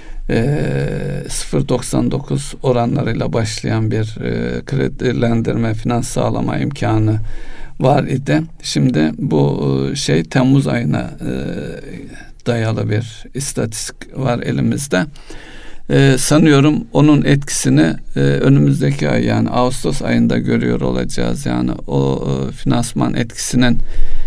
0.99 oranlarıyla başlayan bir kredilendirme, finans sağlama imkanı var idi. Şimdi bu Temmuz ayına dayalı bir istatistik var elimizde. Sanıyorum onun etkisini önümüzdeki ay yani Ağustos ayında görüyor olacağız. Yani o finansman etkisinin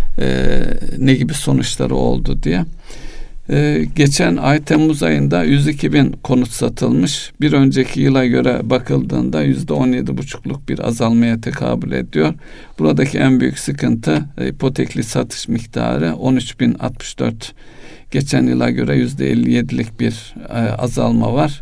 ne gibi sonuçları oldu diye. Geçen ay Temmuz ayında 102 bin konut satılmış. Bir önceki yıla göre bakıldığında %17,5'luk bir azalmaya tekabül ediyor. Buradaki en büyük sıkıntı ipotekli satış miktarı 13.064. Geçen yıla göre %57'lik bir azalma var.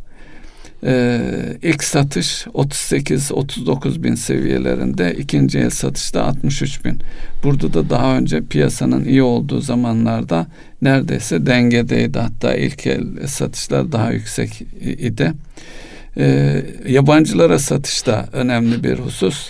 İlk satış 38-39 bin seviyelerinde, ikinci el satışta 63 bin. Burada da daha önce piyasanın iyi olduğu zamanlarda neredeyse dengedeydi. Hatta ilk el satışlar daha yüksek idi. Yabancılara satışta önemli bir husus.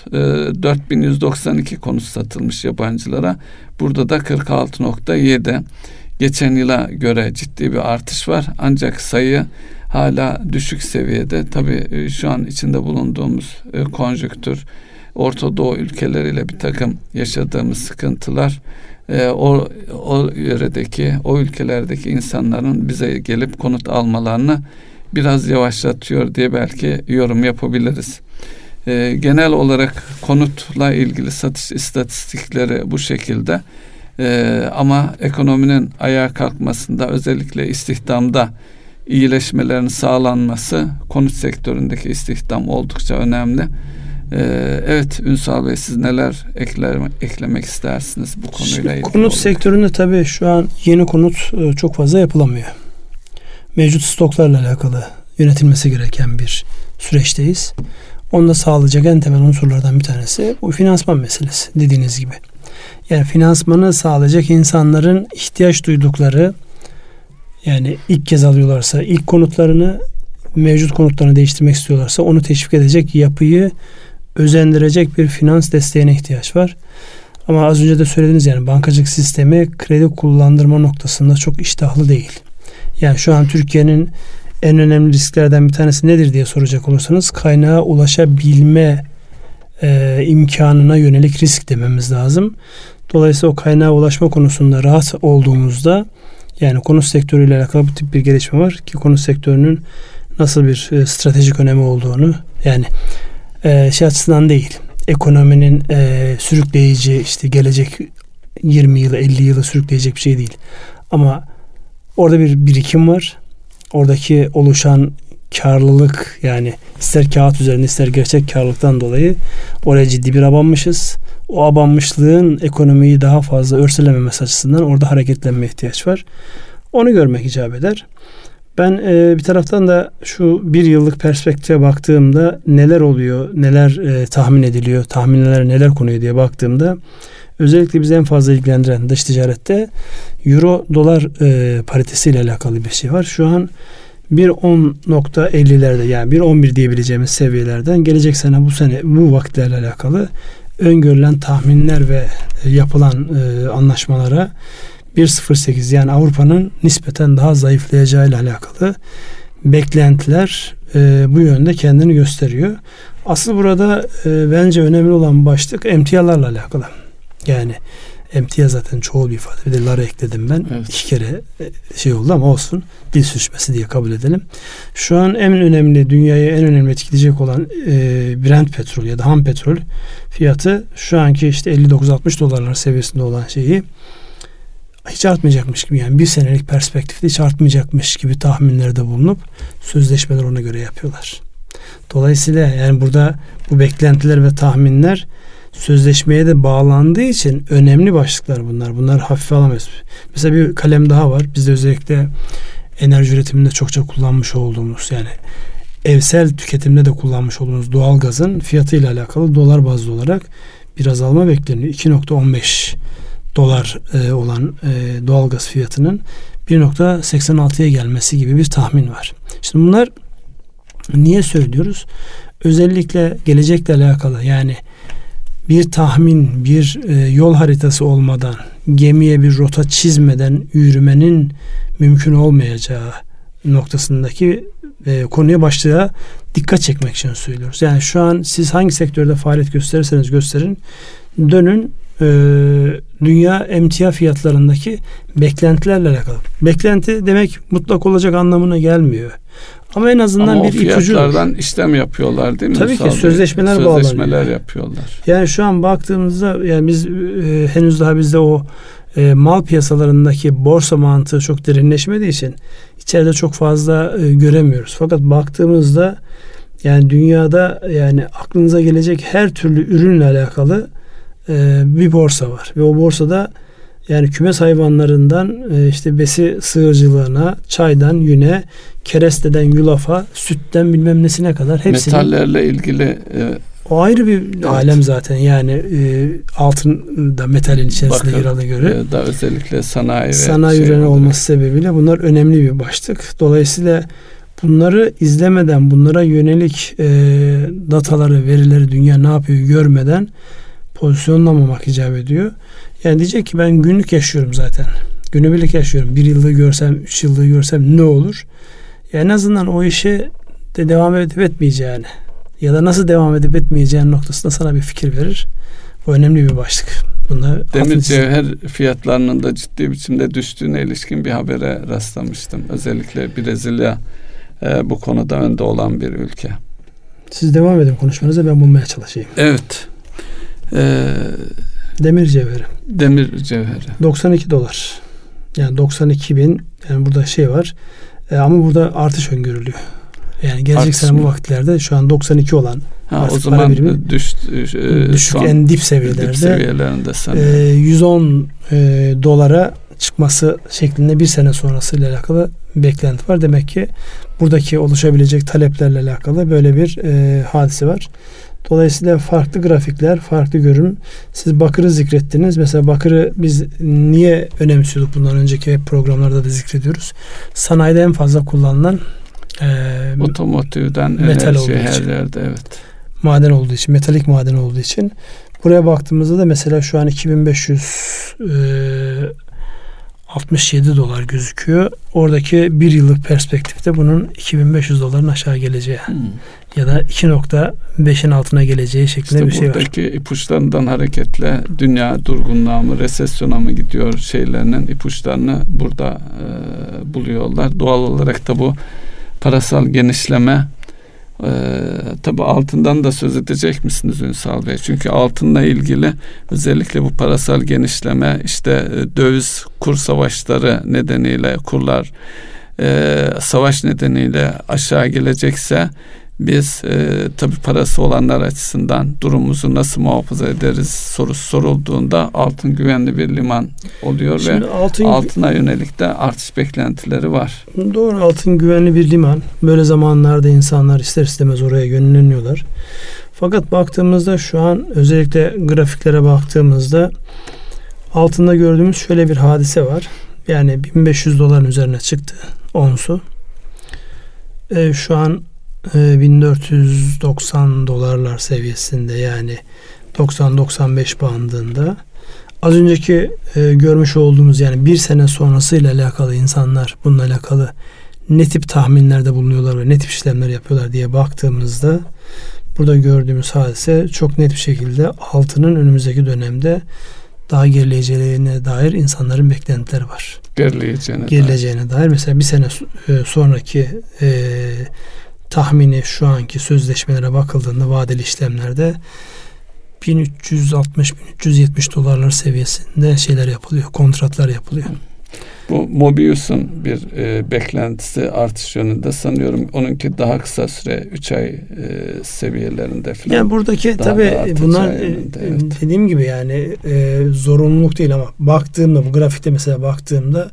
4192 konut satılmış yabancılara. Burada da 46.7. Geçen yıla göre ciddi bir artış var. Ancak sayı hala düşük seviyede. Tabii şu an içinde bulunduğumuz konjonktür, Orta Doğu ülkeleriyle bir takım yaşadığımız sıkıntılar o yöredeki, o ülkelerdeki insanların bize gelip konut almalarını biraz yavaşlatıyor diye belki yorum yapabiliriz. Genel olarak konutla ilgili satış istatistikleri bu şekilde. Ama ekonominin ayağa kalkmasında, özellikle istihdamda iyileşmelerin sağlanması, konut sektöründeki istihdam oldukça önemli. Evet Ünsal Bey, siz neler eklemek istersiniz bu konuyla ilgili? Konut sektöründe tabii şu an yeni konut çok fazla yapılamıyor. Mevcut stoklarla alakalı yönetilmesi gereken bir süreçteyiz. Onu da sağlayacak en temel unsurlardan bir tanesi bu finansman meselesi, dediğiniz gibi. Yani finansmanı sağlayacak insanların ihtiyaç duydukları, yani ilk kez alıyorlarsa ilk konutlarını, mevcut konutlarını değiştirmek istiyorlarsa onu teşvik edecek yapıyı özendirecek bir finans desteğine ihtiyaç var. Ama az önce de söylediniz, yani bankacılık sistemi kredi kullandırma noktasında çok iştahlı değil. Yani şu an Türkiye'nin en önemli risklerden bir tanesi nedir diye soracak olursanız, kaynağa ulaşabilme imkanına yönelik risk dememiz lazım. Dolayısıyla o kaynağa ulaşma konusunda rahat olduğumuzda, yani konut sektörüyle alakalı bu tip bir gelişme var ki konut sektörünün nasıl bir stratejik önemi olduğunu, yani açısından değil, ekonominin sürükleyici, işte gelecek 20 yılı 50 yılı sürükleyecek bir şey değil. Ama orada bir birikim var. Oradaki oluşan karlılık, yani ister kağıt üzerinde ister gerçek karlılıktan dolayı oraya ciddi bir abanmışız. O abanmışlığın ekonomiyi daha fazla örselememesi açısından orada hareketlenme ihtiyaç var. Onu görmek icap eder. Ben bir taraftan da şu bir yıllık perspektife baktığımda neler oluyor, neler tahmin ediliyor, tahminler neler konuyor diye baktığımda özellikle bizi en fazla ilgilendiren dış ticarette euro dolar paritesiyle alakalı bir şey var. Şu an 1.10.50'lerde, yani 1.11 diyebileceğimiz seviyelerden gelecek sene bu vakitlerle alakalı öngörülen tahminler ve yapılan anlaşmalara 1.08, yani Avrupa'nın nispeten daha zayıflayacağıyla alakalı beklentiler bu yönde kendini gösteriyor. Asıl burada bence önemli olan başlık emtialarla alakalı. Yani emtia zaten çoğul bir ifade. Bir de lara ekledim ben. Evet. 2 kere şey oldu ama olsun. Dil sürçmesi diye kabul edelim. Şu an en önemli, dünyayı en önemli etkileyecek olan Brent petrol ya da ham petrol fiyatı şu anki işte 59-60 dolarlar seviyesinde olan şeyi hiç artmayacakmış gibi, yani bir senelik perspektifte hiç artmayacakmış gibi tahminlerde bulunup sözleşmeler ona göre yapıyorlar. Dolayısıyla yani burada bu beklentiler ve tahminler sözleşmeye de bağlandığı için önemli başlıklar bunlar. Bunlar hafife alamayız. Mesela bir kalem daha var. Bizde özellikle enerji üretiminde çokça kullanmış olduğumuz, yani evsel tüketimde de kullanmış olduğumuz doğalgazın fiyatıyla alakalı dolar bazlı olarak bir azalma bekleniyor. 2.15 dolar olan doğalgaz fiyatının 1.86'ya gelmesi gibi bir tahmin var. Şimdi bunlar niye söylüyoruz? Özellikle gelecekle alakalı, yani bir tahmin, bir yol haritası olmadan, gemiye bir rota çizmeden yürümenin mümkün olmayacağı noktasındaki konuya başlığa dikkat çekmek için söylüyoruz. Yani şu an siz hangi sektörde faaliyet gösterirseniz gösterin, dönün dünya emtia fiyatlarındaki beklentilerle alakalı. Beklenti demek mutlak olacak anlamına gelmiyor. Ama en azından bir ipucu. Ama o fiyatlardan işlem yapıyorlar değil mi? Tabii ki sözleşmeler bağlanıyor. Sözleşmeler yapıyorlar. Yani şu an baktığımızda, yani biz henüz daha bizde o mal piyasalarındaki borsa mantığı çok derinleşmediği için içeride çok fazla göremiyoruz. Fakat baktığımızda yani dünyada, yani aklınıza gelecek her türlü ürünle alakalı bir borsa var. Ve o borsada yani kümes hayvanlarından işte besi sığırcılığına, çaydan yüne, keresteden yulafa, sütten bilmem nesine kadar hepsini. Metallerle ilgili o ayrı bir evet, alem zaten. Yani altın da metalin içerisinde yer alına göre. Da özellikle sanayi ürünü olması sebebiyle bunlar önemli bir başlık. Dolayısıyla bunları izlemeden, bunlara yönelik dataları, verileri dünya ne yapıyor görmeden pozisyonlamamak icap ediyor. Yani diyecek ki ben günlük yaşıyorum zaten. Günübirlik yaşıyorum. 1 yıllığı görsem, 3 yıllığı görsem ne olur? Yani en azından o işe de devam edip etmeyeceğini ya da nasıl devam edip etmeyeceğin noktasında sana bir fikir verir. Bu önemli bir başlık. Demir cevher fiyatlarının da ciddi biçimde düştüğüne ilişkin bir habere rastlamıştım. Özellikle Brezilya bu konuda önde olan bir ülke. Siz devam edin konuşmanıza, ben bulmaya çalışayım. Evet. Demir cevheri. 92 dolar. Yani 92 bin. Yani burada şey var. Ama burada artış öngörülüyor. Yani gelecek sene bu vakitlerde şu an 92 olan o zaman düşük en dip seviyelerde. Dip seviyelerinde 110 dolara çıkması şeklinde bir sene sonrasıyla alakalı beklenti var. Demek ki buradaki oluşabilecek taleplerle alakalı böyle bir hadise var. Dolayısıyla farklı grafikler, farklı görün. Siz bakırı zikrettiniz. Mesela bakırı biz niye önemsiyorduk bundan önceki programlarda da zikrediyoruz. Sanayide en fazla kullanılan otomotivden metal olduğu her için. Yerde, evet. Maden olduğu için, metalik maden olduğu için. Buraya baktığımızda da mesela şu an 2567 dolar gözüküyor. Oradaki bir yıllık perspektifte bunun 2500 doların aşağı geleceği ya da 2.5'in altına geleceği şeklinde işte bir şey var. Buradaki ipuçlarından hareketle dünya durgunluğa mı, resesyona mı gidiyor şeylerinin ipuçlarını burada buluyorlar. Doğal olarak da bu parasal genişleme, tabi altından da söz edecek misiniz Ünsal Bey? Çünkü altınla ilgili özellikle bu parasal genişleme, işte döviz kur savaşları nedeniyle kurlar savaş nedeniyle aşağı gelecekse biz tabii parası olanlar açısından durumumuzu nasıl muhafaza ederiz sorusu sorulduğunda altın güvenli bir liman oluyor. Şimdi ve altına yönelik de artış beklentileri var. Doğru, altın güvenli bir liman. Böyle zamanlarda insanlar ister istemez oraya yönleniyorlar. Fakat baktığımızda şu an özellikle grafiklere baktığımızda altında gördüğümüz şöyle bir hadise var. Yani 1500 doların üzerine çıktı onsu. Şu an 1490 dolarlar seviyesinde, yani 90-95 bandında. Az önceki görmüş olduğumuz, yani bir sene sonrasıyla alakalı insanlar bununla alakalı ne tip tahminlerde bulunuyorlar ve ne tip işlemler yapıyorlar diye baktığımızda burada gördüğümüz hadise çok net bir şekilde altının önümüzdeki dönemde daha gerileyeceğine dair insanların beklentileri var. Gerileyeceğine dair. Mesela bir sene sonraki tahmini şu anki sözleşmelere bakıldığında vadeli işlemlerde 1360-1370 dolarlar seviyesinde şeyler yapılıyor. Kontratlar yapılıyor. Bu Mobius'un bir beklentisi artış yönünde sanıyorum. Onunki daha kısa süre 3 ay seviyelerinde falan. Yani buradaki tabii bunlar dediğim gibi yani zorunluluk değil ama baktığımda bu grafikte mesela baktığımda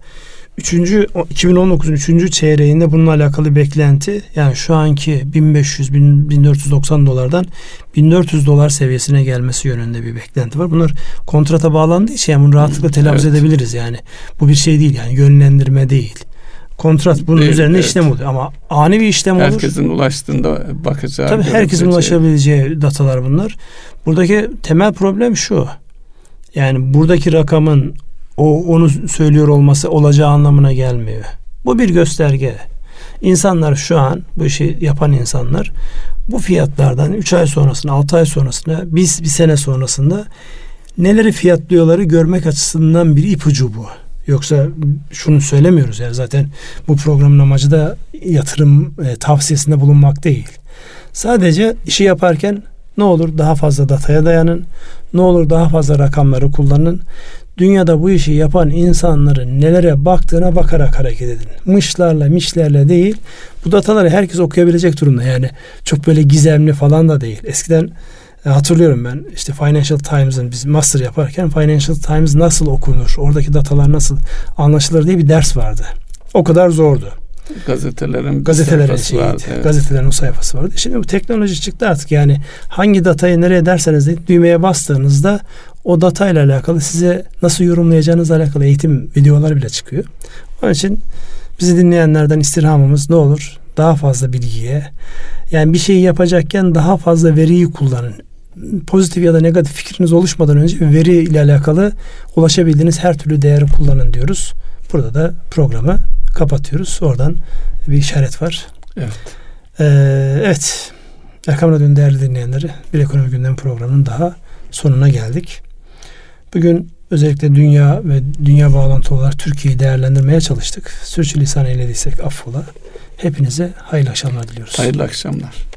2019'un 3. çeyreğinde bununla alakalı beklenti, yani şu anki 1500-1490 dolardan 1400 dolar seviyesine gelmesi yönünde bir beklenti var. Bunlar kontrata bağlandığı için yani bunu rahatlıkla telaffuz edebiliriz yani. Bu bir şey değil yani, yönlendirme değil. Kontrat bunun üzerine işlem oluyor ama ani bir işlem olur. Herkesin ulaştığında bakacağı. Tabii herkesin ulaşabileceği datalar bunlar. Buradaki temel problem şu. Yani buradaki rakamın onu söylüyor olması olacağı anlamına gelmiyor. Bu bir gösterge. İnsanlar şu an, bu işi yapan insanlar bu fiyatlardan 3 ay sonrasına, 6 ay sonrasına, bir sene sonrasında neleri fiyatlıyorları görmek açısından bir ipucu bu. Yoksa şunu söylemiyoruz yani, zaten bu programın amacı da yatırım tavsiyesinde bulunmak değil. Sadece işi yaparken ne olur daha fazla dataya dayanın, ne olur daha fazla rakamları kullanın. Dünyada bu işi yapan insanların nelere baktığına bakarak hareket edin. Mışlarla değil. Bu dataları herkes okuyabilecek durumda. Yani çok böyle gizemli falan da değil. Eskiden hatırlıyorum ben işte Financial Times'ın biz master yaparken Financial Times nasıl okunur, oradaki datalar nasıl anlaşılır diye bir ders vardı. O kadar zordu. Gazetelerin vardı. Evet. Gazetelerin o sayfası vardı. Şimdi bu teknoloji çıktı artık, yani hangi datayı nereye derseniz de düğmeye bastığınızda o datayla alakalı size nasıl yorumlayacağınızla alakalı eğitim videoları bile çıkıyor. Onun için bizi dinleyenlerden istirhamımız ne olur? Daha fazla bilgiye, yani bir şeyi yapacakken daha fazla veriyi kullanın. Pozitif ya da negatif fikriniz oluşmadan önce veri ile alakalı ulaşabildiğiniz her türlü değeri kullanın diyoruz. Burada da programı kapatıyoruz. Oradan bir işaret var. Evet. Evet. Erkam Radyo'nun değerli dinleyenleri, bir ekonomi gündemi programının daha sonuna geldik. Bugün özellikle dünya ve dünya bağlantılı olarak Türkiye'yi değerlendirmeye çalıştık. Sürçülisan eylediysek affola. Hepinize hayırlı akşamlar diliyoruz. Hayırlı akşamlar.